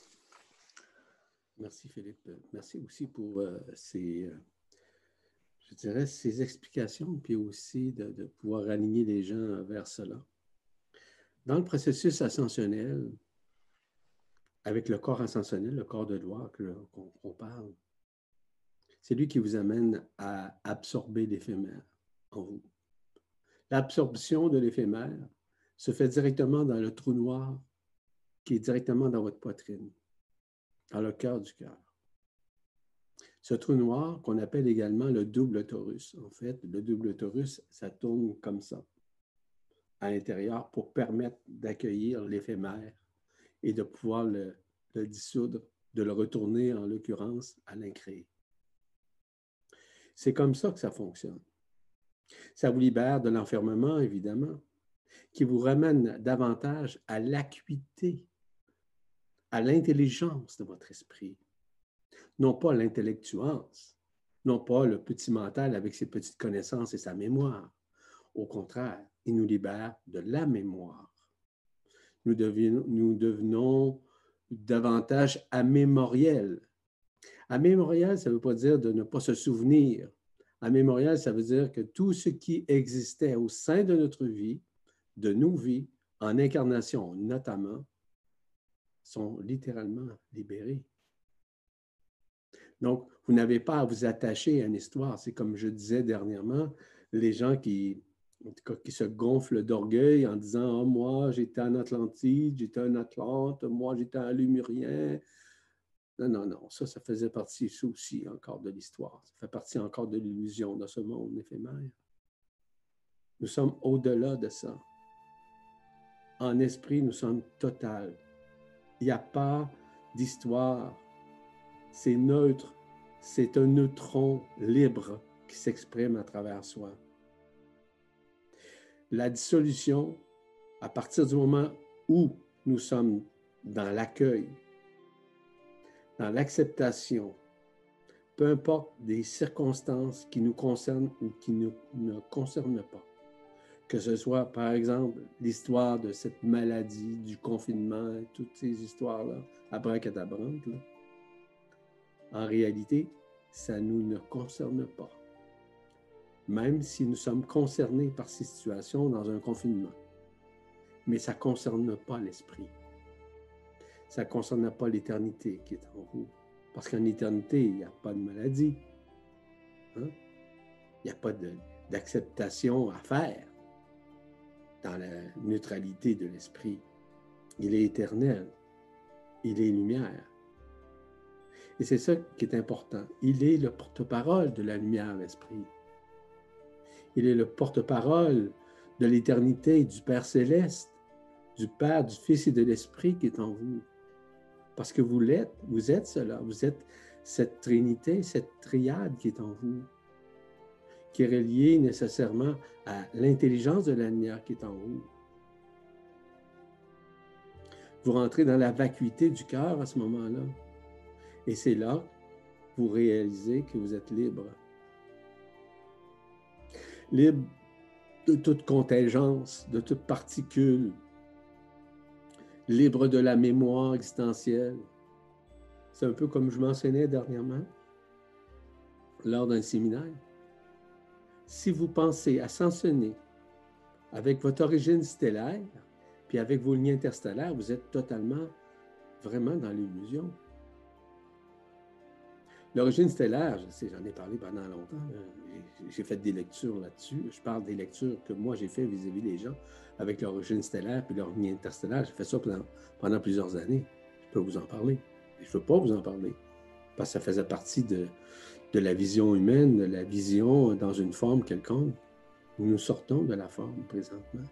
Merci Philippe. Merci aussi pour euh, ces, euh, je dirais, ces explications, puis aussi de, de pouvoir aligner les gens vers cela. Dans le processus ascensionnel, avec le corps ascensionnel, le corps de loi qu'on qu'on parle, c'est lui qui vous amène à absorber l'éphémère en vous. L'absorption de l'éphémère se fait directement dans le trou noir qui est directement dans votre poitrine, dans le cœur du cœur. Ce trou noir qu'on appelle également le double torus. En fait, le double torus, ça tourne comme ça à l'intérieur pour permettre d'accueillir l'éphémère et de pouvoir le, le dissoudre, de le retourner en l'occurrence à l'incréé. C'est comme ça que ça fonctionne. Ça vous libère de l'enfermement, évidemment, qui vous ramène davantage à l'acuité, à l'intelligence de votre esprit. Non pas l'intellectuance, non pas le petit mental avec ses petites connaissances et sa mémoire. Au contraire, il nous libère de la mémoire. Nous devenons, nous devenons davantage amémoriels. Amémoriel, ça ne veut pas dire de ne pas se souvenir. Amémoriel, ça veut dire que tout ce qui existait au sein de notre vie, de nos vies, en incarnation notamment, sont littéralement libérés. Donc, vous n'avez pas à vous attacher à une histoire. C'est comme je disais dernièrement, les gens qui, en tout cas, qui se gonflent d'orgueil en disant « Oh, moi, j'étais en Atlantide, j'étais en Atlante, moi, j'étais un Lémurien. » Non, non, non, ça, ça faisait partie ça aussi encore de l'histoire. Ça fait partie encore de l'illusion de ce monde éphémère. Nous sommes au-delà de ça. En esprit, nous sommes total. Il n'y a pas d'histoire. C'est neutre. C'est un neutron libre qui s'exprime à travers soi. La dissolution, à partir du moment où nous sommes dans l'accueil, dans l'acceptation, peu importe des circonstances qui nous concernent ou qui ne nous concernent pas, que ce soit, par exemple, l'histoire de cette maladie, du confinement, toutes ces histoires-là, abracadabrantes, là, en réalité, ça ne nous concerne pas. Même si nous sommes concernés par ces situations dans un confinement. Mais ça ne concerne pas l'esprit. Ça ne concerne pas l'éternité qui est en vous. Parce qu'en éternité, il n'y a pas de maladie. Hein? Il n'y a pas d'acceptation à faire dans la neutralité de l'esprit. Il est éternel. Il est lumière. Et c'est ça qui est important. Il est le porte-parole de la lumière, l'esprit. Il est le porte-parole de l'éternité, du Père céleste, du Père, du Fils et de l'Esprit qui est en vous. Parce que vous l'êtes, vous êtes cela, vous êtes cette trinité, cette triade qui est en vous, qui est reliée nécessairement à l'intelligence de la lumière qui est en vous. Vous rentrez dans la vacuité du cœur à ce moment-là. Et c'est là que vous réalisez que vous êtes libre. Libre de toute contingence, de toute particule, libre de la mémoire existentielle, C'est un peu comme je mentionnais dernièrement lors d'un séminaire. Si vous pensez ascensionner avec votre origine stellaire, puis avec vos lignes interstellaires, vous êtes totalement, vraiment dans l'illusion. L'origine stellaire, je sais, j'en ai parlé pendant longtemps, j'ai fait des lectures là-dessus. Je parle des lectures que moi j'ai fait vis-à-vis des gens avec l'origine stellaire puis leur ligne interstellaire. J'ai fait ça pendant, pendant plusieurs années. Je peux vous en parler. Je ne veux pas vous en parler parce que ça faisait partie de, de la vision humaine, de la vision dans une forme quelconque. Nous sortons de la forme présentement.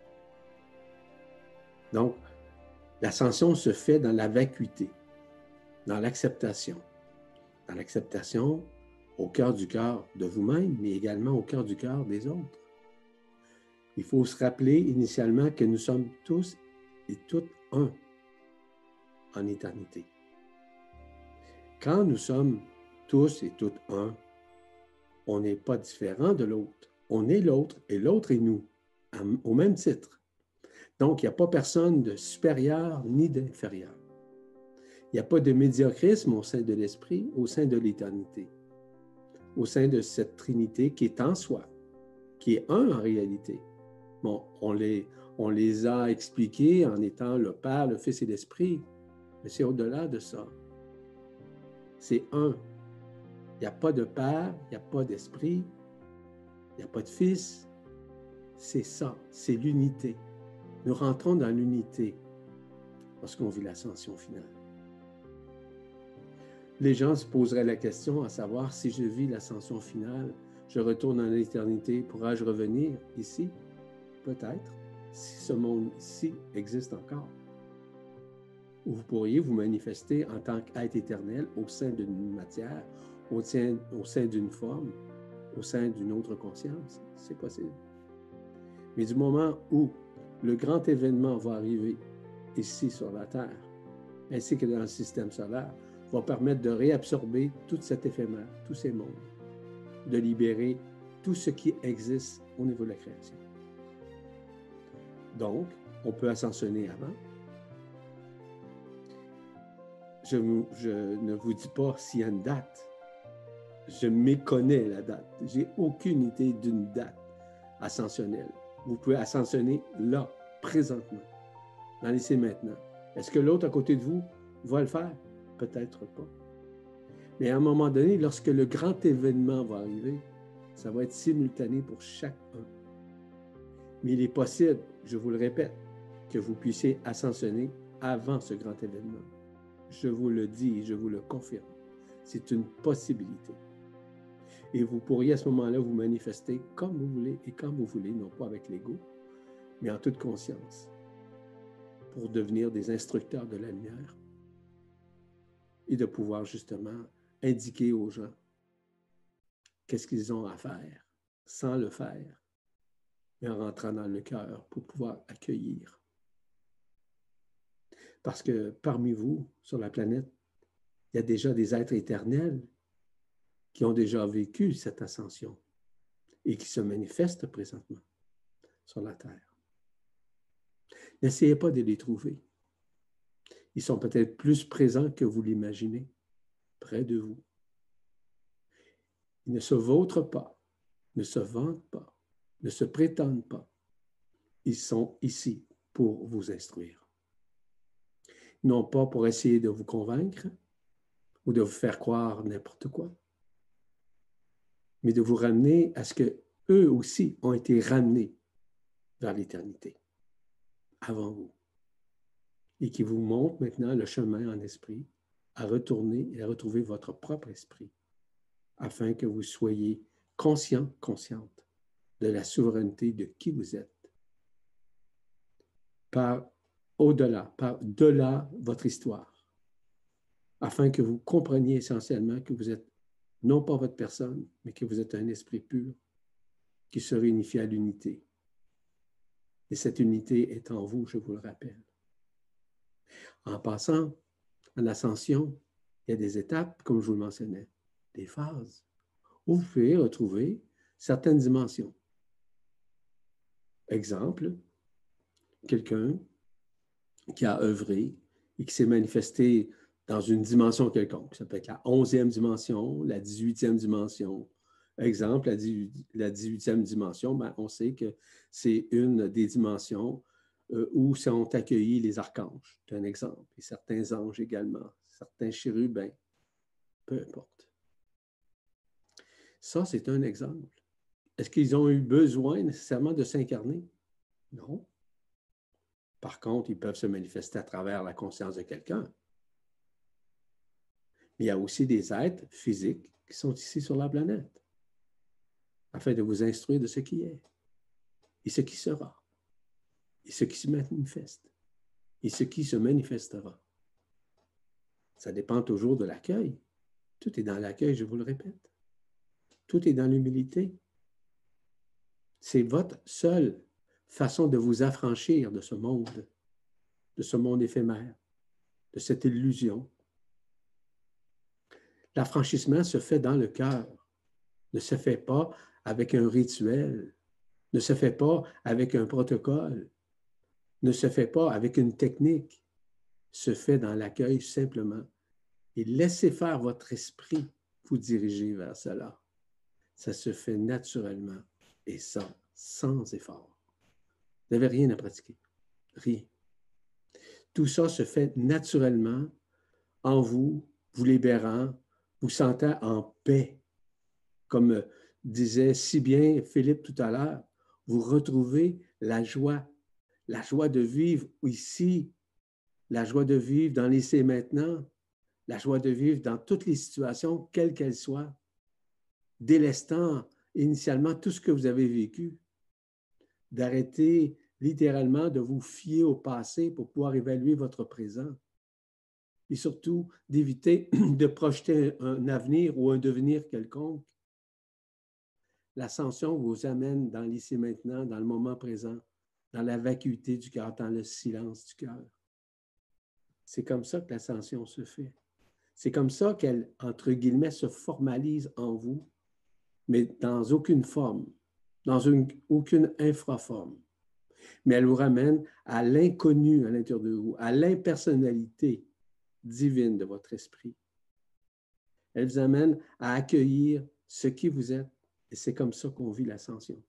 Donc, l'ascension se fait dans la vacuité, dans l'acceptation. Dans l'acceptation au cœur du cœur de vous-même, mais également au cœur du cœur des autres. Il faut se rappeler initialement que nous sommes tous et toutes un en éternité. Quand nous sommes tous et toutes un, on n'est pas différent de l'autre. On est l'autre et l'autre est nous, au même titre. Donc, il n'y a pas personne de supérieur ni d'inférieur. Il n'y a pas de médiocrisme au sein de l'esprit, au sein de l'éternité, au sein de cette Trinité qui est en soi, qui est un en réalité. Bon, on les, on les a expliqués en étant le Père, le Fils et l'Esprit, mais c'est au-delà de ça. C'est un. Il n'y a pas de Père, il n'y a pas d'Esprit, il n'y a pas de Fils. C'est ça, c'est l'unité. Nous rentrons dans l'unité lorsqu'on vit l'ascension finale. Les gens se poseraient la question à savoir si je vis l'ascension finale, je retourne en éternité, pourrais-je revenir ici? Peut-être, si ce monde-ci existe encore. Ou vous pourriez vous manifester en tant qu'être éternel au sein d'une matière, au sein, au sein d'une forme, au sein d'une autre conscience. C'est possible. Mais du moment où le grand événement va arriver ici sur la Terre, ainsi que dans le système solaire, va permettre de réabsorber tout cet éphémère, tous ces mondes, de libérer tout ce qui existe au niveau de la création. Donc, on peut ascensionner avant. Je, je ne vous dis pas s'il y a une date. Je méconnais la date. Je n'ai aucune idée d'une date ascensionnelle. Vous pouvez ascensionner là, présentement, dans l'essai maintenant. Est-ce que l'autre à côté de vous va le faire? Peut-être pas. Mais à un moment donné, lorsque le grand événement va arriver, ça va être simultané pour chacun. Mais il est possible, je vous le répète, que vous puissiez ascensionner avant ce grand événement. Je vous le dis et je vous le confirme. C'est une possibilité. Et vous pourriez à ce moment-là vous manifester comme vous voulez et quand vous voulez, non pas avec l'ego, mais en toute conscience, pour devenir des instructeurs de la lumière et de pouvoir justement indiquer aux gens qu'est-ce qu'ils ont à faire sans le faire, mais en rentrant dans le cœur pour pouvoir accueillir. Parce que parmi vous, sur la planète, il y a déjà des êtres éternels qui ont déjà vécu cette ascension et qui se manifestent présentement sur la Terre. N'essayez pas de les trouver. Ils sont peut-être plus présents que vous l'imaginez, près de vous. Ils ne se vautrent pas, ne se vantent pas, ne se prétendent pas. Ils sont ici pour vous instruire. Non pas pour essayer de vous convaincre ou de vous faire croire n'importe quoi, mais de vous ramener à ce que eux aussi ont été ramenés vers l'éternité, avant vous, et qui vous montrent maintenant le chemin en esprit à retourner et à retrouver votre propre esprit, afin que vous soyez conscient, consciente de la souveraineté de qui vous êtes, par au-delà, par delà votre histoire, afin que vous compreniez essentiellement que vous êtes non pas votre personne, mais que vous êtes un esprit pur qui se réunifie à l'unité. Et cette unité est en vous, je vous le rappelle. En passant, en ascension, il y a des étapes, comme je vous le mentionnais, des phases, où vous pouvez retrouver certaines dimensions. Exemple, quelqu'un qui a œuvré et qui s'est manifesté dans une dimension quelconque. Ça peut être la onzième dimension, la dix-huitième dimension. Exemple, la dix-huitième dimension, ben, on sait que c'est une des dimensions euh, où sont accueillis les archanges. C'est un exemple. Et certains anges également, certains chérubins, peu importe. Ça, c'est un exemple. Est-ce qu'ils ont eu besoin nécessairement de s'incarner? Non. Par contre, ils peuvent se manifester à travers la conscience de quelqu'un. Mais il y a aussi des êtres physiques qui sont ici sur la planète, afin de vous instruire de ce qui est, et ce qui sera, et ce qui se manifeste, et ce qui se manifestera. Ça dépend toujours de l'accueil. Tout est dans l'accueil, je vous le répète. Tout est dans l'humilité. C'est votre seule façon de vous affranchir de ce monde, de ce monde éphémère, de cette illusion. L'affranchissement se fait dans le cœur, ne se fait pas avec un rituel, ne se fait pas avec un protocole, ne se fait pas avec une technique, se fait dans l'accueil simplement. Et laissez faire votre esprit vous diriger vers cela. Ça se fait naturellement et ça, sans effort. Vous n'avez rien à pratiquer, rien. Tout ça se fait naturellement en vous, vous libérant, vous sentant en paix. Comme disait si bien Philippe tout à l'heure, vous retrouvez la joie, la joie de vivre ici, la joie de vivre dans l'ici et maintenant, la joie de vivre dans toutes les situations, quelles qu'elles soient, délestant initialement tout ce que vous avez vécu, d'arrêter littéralement de vous fier au passé pour pouvoir évaluer votre présent, et surtout d'éviter de projeter un avenir ou un devenir quelconque. L'ascension vous amène dans l'ici maintenant, dans le moment présent, dans la vacuité du cœur, dans le silence du cœur. C'est comme ça que l'ascension se fait. C'est comme ça qu'elle, entre guillemets, se formalise en vous, mais dans aucune forme, dans une, aucune infraforme. Mais elle vous ramène à l'inconnu à l'intérieur de vous, à l'impersonnalité divine de votre esprit. Elle vous amène à accueillir ce qui vous êtes, et c'est comme ça qu'on vit l'ascension.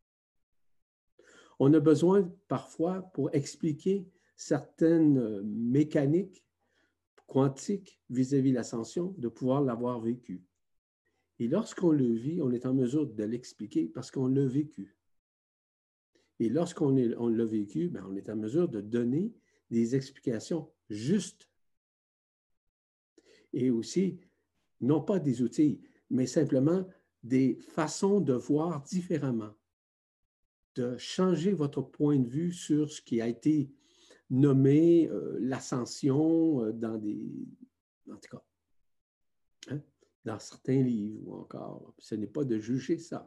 On a besoin parfois, pour expliquer certaines mécaniques quantiques vis-à-vis de l'ascension, de pouvoir l'avoir vécu. Et lorsqu'on le vit, on est en mesure de l'expliquer parce qu'on l'a vécu. Et lorsqu'on est, on l'a vécu, bien, on est en mesure de donner des explications justes. Et aussi, non pas des outils, mais simplement des façons de voir différemment, de changer votre point de vue sur ce qui a été nommé euh, l'ascension euh, dans des... En tout cas, hein, dans certains livres ou encore. Ce n'est pas de juger ça.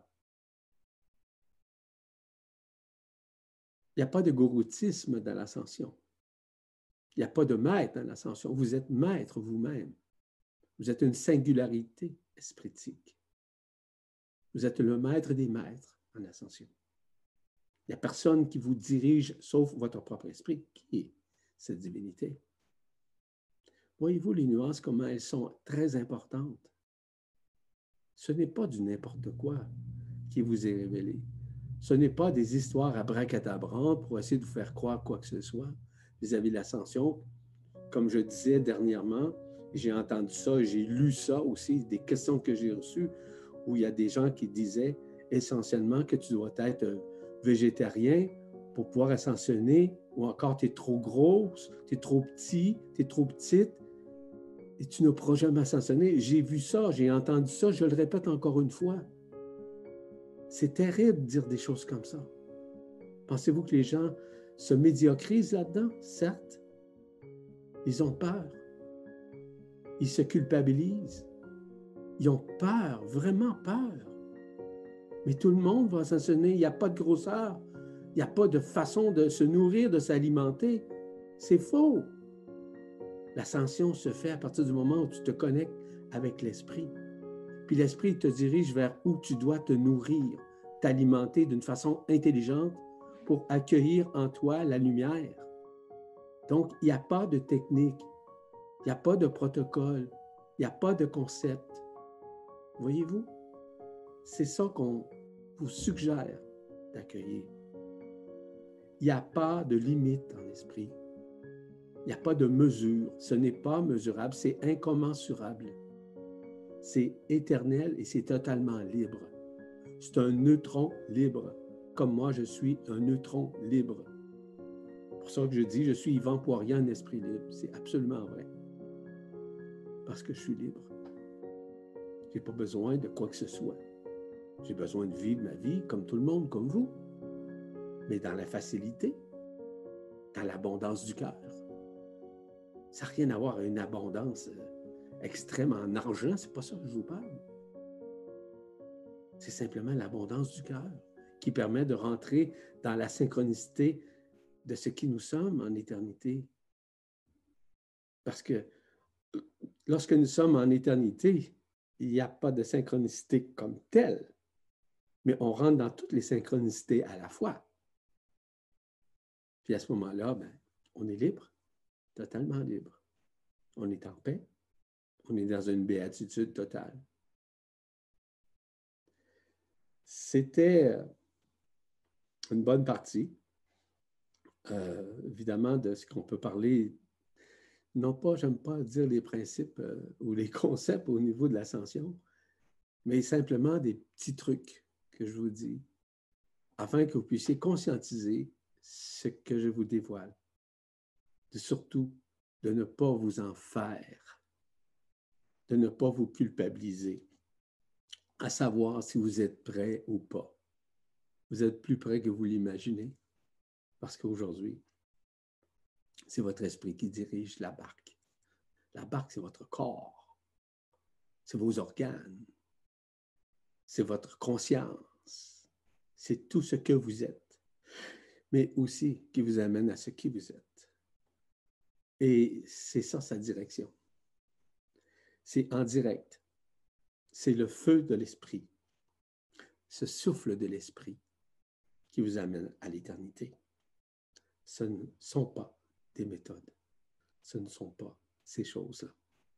Il n'y a pas de gouroutisme dans l'ascension. Il n'y a pas de maître dans l'ascension. Vous êtes maître vous-même. Vous êtes une singularité espritique. Vous êtes le maître des maîtres en ascension. Il n'y a personne qui vous dirige sauf votre propre esprit, qui est cette divinité. Voyez-vous les nuances, comment elles sont très importantes. Ce n'est pas du n'importe quoi qui vous est révélé. Ce n'est pas des histoires abracadabrantes pour essayer de vous faire croire quoi que ce soit vis-à-vis de l'ascension. Comme je disais dernièrement, j'ai entendu ça, j'ai lu ça aussi, des questions que j'ai reçues où il y a des gens qui disaient essentiellement que tu dois être végétarien pour pouvoir ascensionner, ou encore tu es trop grosse, tu es trop petit, tu es trop petite et tu ne pourras jamais ascensionner. J'ai vu ça, j'ai entendu ça, je le répète encore une fois. C'est terrible de dire des choses comme ça. Pensez-vous que les gens se médiocrisent là-dedans? Certes. Ils ont peur. Ils se culpabilisent. Ils ont peur, vraiment peur. Mais tout le monde va ascensionner. Il n'y a pas de grosseur. Il n'y a pas de façon de se nourrir, de s'alimenter. C'est faux. L'ascension se fait à partir du moment où tu te connectes avec l'esprit. Puis l'esprit te dirige vers où tu dois te nourrir, t'alimenter d'une façon intelligente pour accueillir en toi la lumière. Donc, il n'y a pas de technique. Il Il n'y a pas de protocole. Il n'y a pas de concept. Voyez-vous? C'est ça qu'on vous suggère d'accueillir. Il n'y a pas de limite en l'esprit. Il n'y a pas de mesure. Ce n'est pas mesurable, c'est incommensurable. C'est éternel et c'est totalement libre. C'est un neutron libre, comme moi je suis un neutron libre. C'est pour ça que je dis, je suis Yvan Poirier, un esprit libre. C'est absolument vrai. Parce que je suis libre. Je n'ai pas besoin de quoi que ce soit. J'ai besoin de vivre ma vie comme tout le monde, comme vous, mais dans la facilité, dans l'abondance du cœur. Ça n'a rien à voir avec une abondance extrême en argent, c'est pas ça que je vous parle. C'est simplement l'abondance du cœur qui permet de rentrer dans la synchronicité de ce qui nous sommes en éternité. Parce que lorsque nous sommes en éternité, il n'y a pas de synchronicité comme telle, mais on rentre dans toutes les synchronicités à la fois. Puis à ce moment-là, ben, on est libre, totalement libre. On est en paix, on est dans une béatitude totale. C'était une bonne partie, euh, évidemment, de ce qu'on peut parler. Non pas, j'aime pas dire les principes euh, ou les concepts au niveau de l'ascension, mais simplement des petits trucs que je vous dis, afin que vous puissiez conscientiser ce que je vous dévoile. De surtout, de ne pas vous en faire, de ne pas vous culpabiliser, à savoir si vous êtes prêt ou pas. Vous êtes plus prêt que vous l'imaginez, parce qu'aujourd'hui, c'est votre esprit qui dirige la barque. La barque, c'est votre corps, c'est vos organes, c'est votre conscience, c'est tout ce que vous êtes, mais aussi qui vous amène à ce qui vous êtes. Et c'est ça sa direction. C'est en direct. C'est le feu de l'esprit, ce souffle de l'esprit qui vous amène à l'éternité. Ce ne sont pas des méthodes. Ce ne sont pas ces choses-là.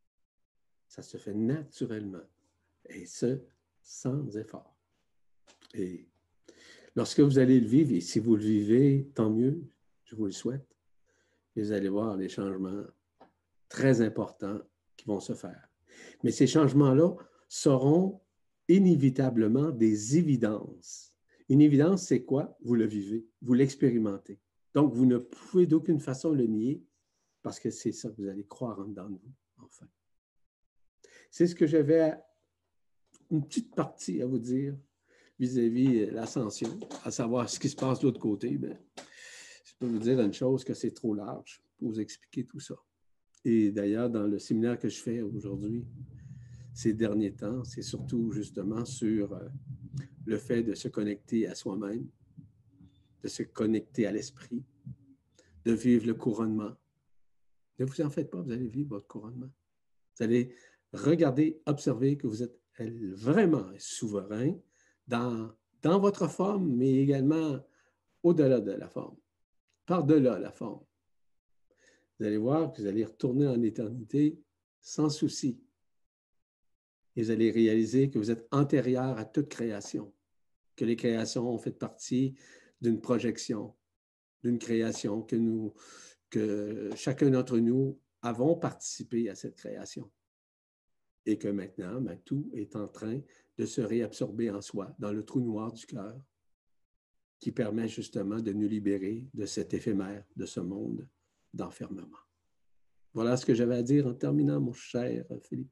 Ça se fait naturellement et ce, sans effort. Et lorsque vous allez le vivre, et si vous le vivez, tant mieux, je vous le souhaite, et vous allez voir les changements très importants qui vont se faire. Mais ces changements-là seront inévitablement des évidences. Une évidence, c'est quoi? Vous le vivez, vous l'expérimentez. Donc, vous ne pouvez d'aucune façon le nier parce que c'est ça que vous allez croire en dedans de vous, enfin. C'est ce que j'avais une petite partie à vous dire vis-à-vis de l'ascension, à savoir ce qui se passe de l'autre côté. Bien, je peux vous dire une chose, que c'est trop large pour vous expliquer tout ça. Et d'ailleurs, dans le séminaire que je fais aujourd'hui, ces derniers temps, c'est surtout justement sur euh, le fait de se connecter à soi-même, de se connecter à l'esprit, de vivre le couronnement. Ne vous en faites pas, vous allez vivre votre couronnement. Vous allez regarder, observer que vous êtes vraiment souverain dans, dans votre forme, mais également au-delà de la forme, par-delà la forme. Vous allez voir que vous allez retourner en éternité sans souci. Et vous allez réaliser que vous êtes antérieur à toute création, que les créations ont fait partie d'une projection, d'une création, que nous, que chacun d'entre nous avons participé à cette création. Et que maintenant, ben, tout est en train de se réabsorber en soi, dans le trou noir du cœur, qui permet justement de nous libérer de cet éphémère, de ce monde d'enfermement. Voilà ce que j'avais à dire en terminant, mon cher Philippe.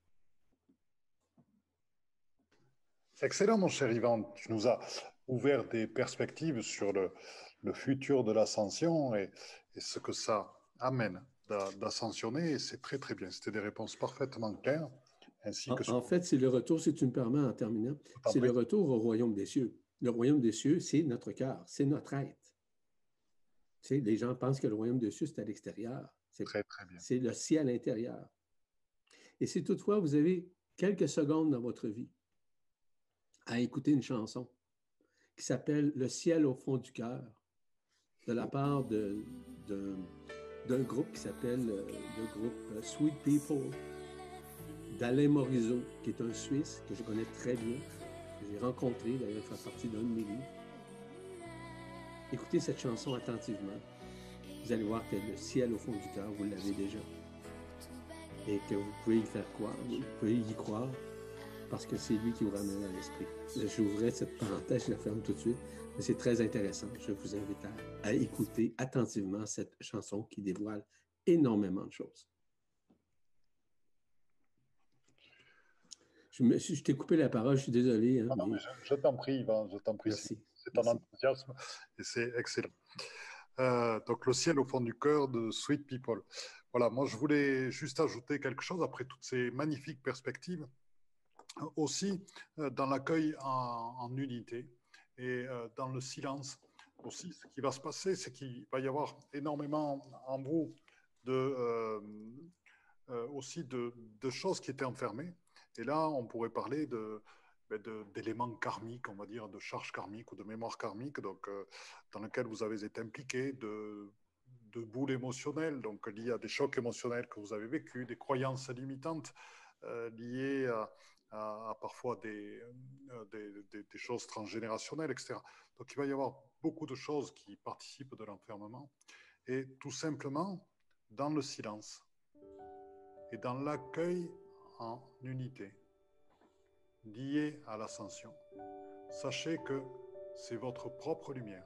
C'est excellent, mon cher Yvan. Tu nous as ouvert des perspectives sur le, le futur de l'ascension et, et ce que ça amène d'ascensionner. C'est très, très bien. C'était des réponses parfaitement claires. Ainsi en, que sur... en fait, c'est le retour, si tu me permets en terminant, c'est le retour au royaume des cieux. Le royaume des cieux, c'est notre cœur, c'est notre être. Tu sais, les gens pensent que le royaume des cieux, c'est à l'extérieur. C'est très, très bien. C'est le ciel intérieur. Et si toutefois vous avez quelques secondes dans votre vie à écouter une chanson qui s'appelle « Le ciel au fond du cœur » de la part de, de, d'un groupe qui s'appelle euh, le groupe Sweet People d'Alain Morisot, qui est un Suisse que je connais très bien, que j'ai rencontré, d'ailleurs, il fait partie d'un de mes livres. Écoutez cette chanson attentivement. Vous allez voir que le ciel au fond du cœur, vous l'avez déjà. Et que vous pouvez y faire croire, vous pouvez y croire, parce que c'est lui qui vous ramène à l'esprit. J'ouvrais cette parenthèse, je la ferme tout de suite, mais c'est très intéressant. Je vous invite à, à écouter attentivement cette chanson qui dévoile énormément de choses. Je, me, je t'ai coupé la parole, je suis désolé. Hein, ah non, mais... mais je, je t'en prie, Yvan, je t'en prie. Merci. C'est ton enthousiasme et c'est excellent. Euh, donc, le ciel au fond du cœur de Sweet People. Voilà, moi, je voulais juste ajouter quelque chose après toutes ces magnifiques perspectives. Aussi, euh, dans l'accueil en, en unité et euh, dans le silence. Aussi, ce qui va se passer, c'est qu'il va y avoir énormément en vous de, euh, euh, aussi de, de choses qui étaient enfermées. Et là, on pourrait parler de, d'éléments karmiques, on va dire, de charges karmiques ou de mémoire karmique, donc, euh, dans lequel vous avez été impliqué, de, de boules émotionnelles, donc liées à des chocs émotionnels que vous avez vécus, des croyances limitantes euh, liées à, à, à parfois des, euh, des, des, des choses transgénérationnelles, et cetera. Donc il va y avoir beaucoup de choses qui participent de l'enfermement. Et tout simplement, dans le silence et dans l'accueil en unité, lié à l'ascension, sachez que c'est votre propre lumière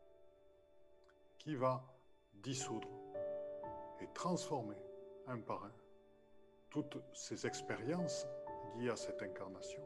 qui va dissoudre et transformer un par un toutes ces expériences liées à cette incarnation,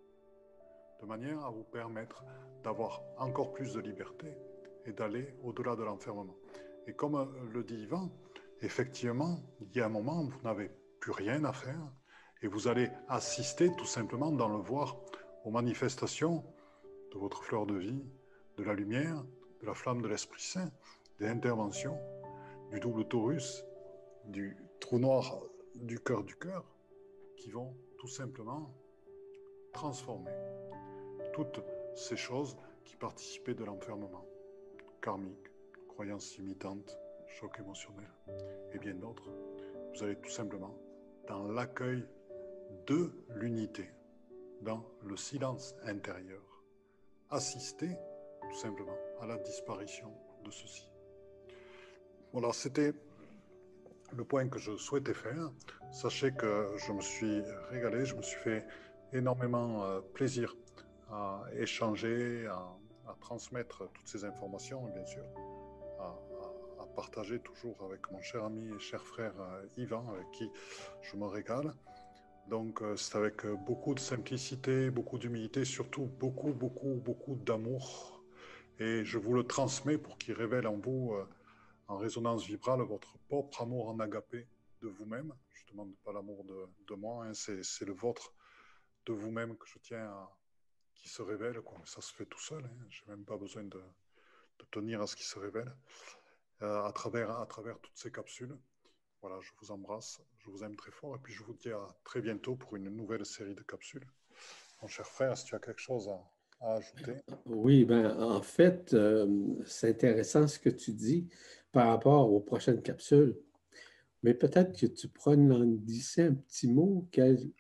de manière à vous permettre d'avoir encore plus de liberté et d'aller au-delà de l'enfermement. Et comme le dit Yvan, effectivement, il y a un moment où vous n'avez plus rien à faire et vous allez assister tout simplement dans le voir aux manifestations de votre fleur de vie, de la lumière, de la flamme de l'Esprit Saint, des interventions, du double Taurus, du trou noir du cœur du cœur, qui vont tout simplement transformer toutes ces choses qui participaient de l'enfermement karmique, croyances limitantes, chocs émotionnels et bien d'autres. Vous allez tout simplement dans l'accueil de l'unité, dans le silence intérieur, assister tout simplement à la disparition de ceci. Voilà, c'était le point que je souhaitais faire. Sachez que je me suis régalé, je me suis fait énormément euh, plaisir à échanger, à, à transmettre toutes ces informations, et bien sûr, à, à, à partager toujours avec mon cher ami et cher frère euh, Yvan, avec qui je me régale. Donc, euh, c'est avec beaucoup de simplicité, beaucoup d'humilité, surtout beaucoup, beaucoup, beaucoup d'amour. Et je vous le transmets pour qu'il révèle en vous, euh, en résonance vibrale, votre propre amour en agapé de vous-même. Je ne demande pas l'amour de, de moi, hein, c'est, c'est le vôtre de vous-même que je tiens à, qui se révèle, quoi. Ça se fait tout seul, hein. Je n'ai même pas besoin de, de tenir à ce qui se révèle euh, à, travers, à travers toutes ces capsules. Voilà, je vous embrasse, je vous aime très fort et puis je vous dis à très bientôt pour une nouvelle série de capsules. Mon cher frère, si tu as quelque chose à, à ajouter. Oui, ben, en fait, euh, c'est intéressant ce que tu dis par rapport aux prochaines capsules, mais peut-être que tu pourras nous en glisser un petit mot. Quelle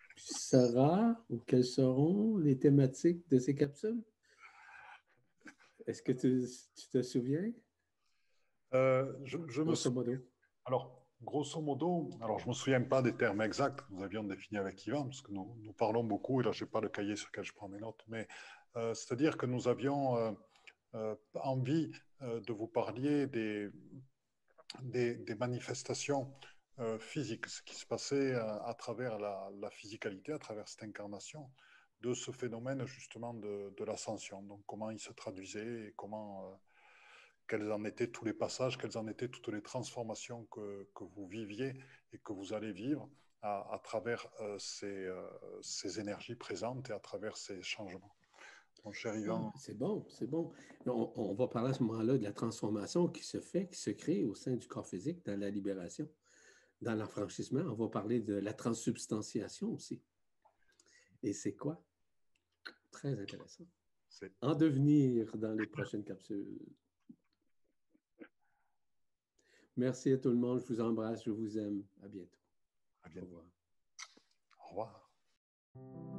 sera ou quelles seront les thématiques de ces capsules? Est-ce que tu, tu te souviens? Euh, je, je me Grosso souviens. modo. Alors, grosso modo, alors je ne me souviens pas des termes exacts que nous avions définis avec Yvan, parce que nous, nous parlons beaucoup, et là, je n'ai pas le cahier sur lequel je prends mes notes, mais euh, c'est-à-dire que nous avions euh, euh, envie euh, de vous parler des, des, des manifestations euh, physiques, ce qui se passait euh, à travers la, la physicalité, à travers cette incarnation, de ce phénomène justement de, de l'ascension. Donc, comment il se traduisait et comment... Euh, quels en étaient tous les passages, quelles en étaient toutes les transformations que, que vous viviez et que vous allez vivre à, à travers euh, ces, euh, ces énergies présentes et à travers ces changements. Mon cher Yvan. Ah, c'est bon, c'est bon. On, on va parler à ce moment-là de la transformation qui se fait, qui se crée au sein du corps physique dans la libération, dans l'affranchissement. On va parler de la transsubstantiation aussi. Et c'est quoi? Très intéressant. C'est... En devenir dans les prochaines capsules. Merci à tout le monde. Je vous embrasse, je vous aime. À bientôt. À Au bientôt. revoir. Au revoir.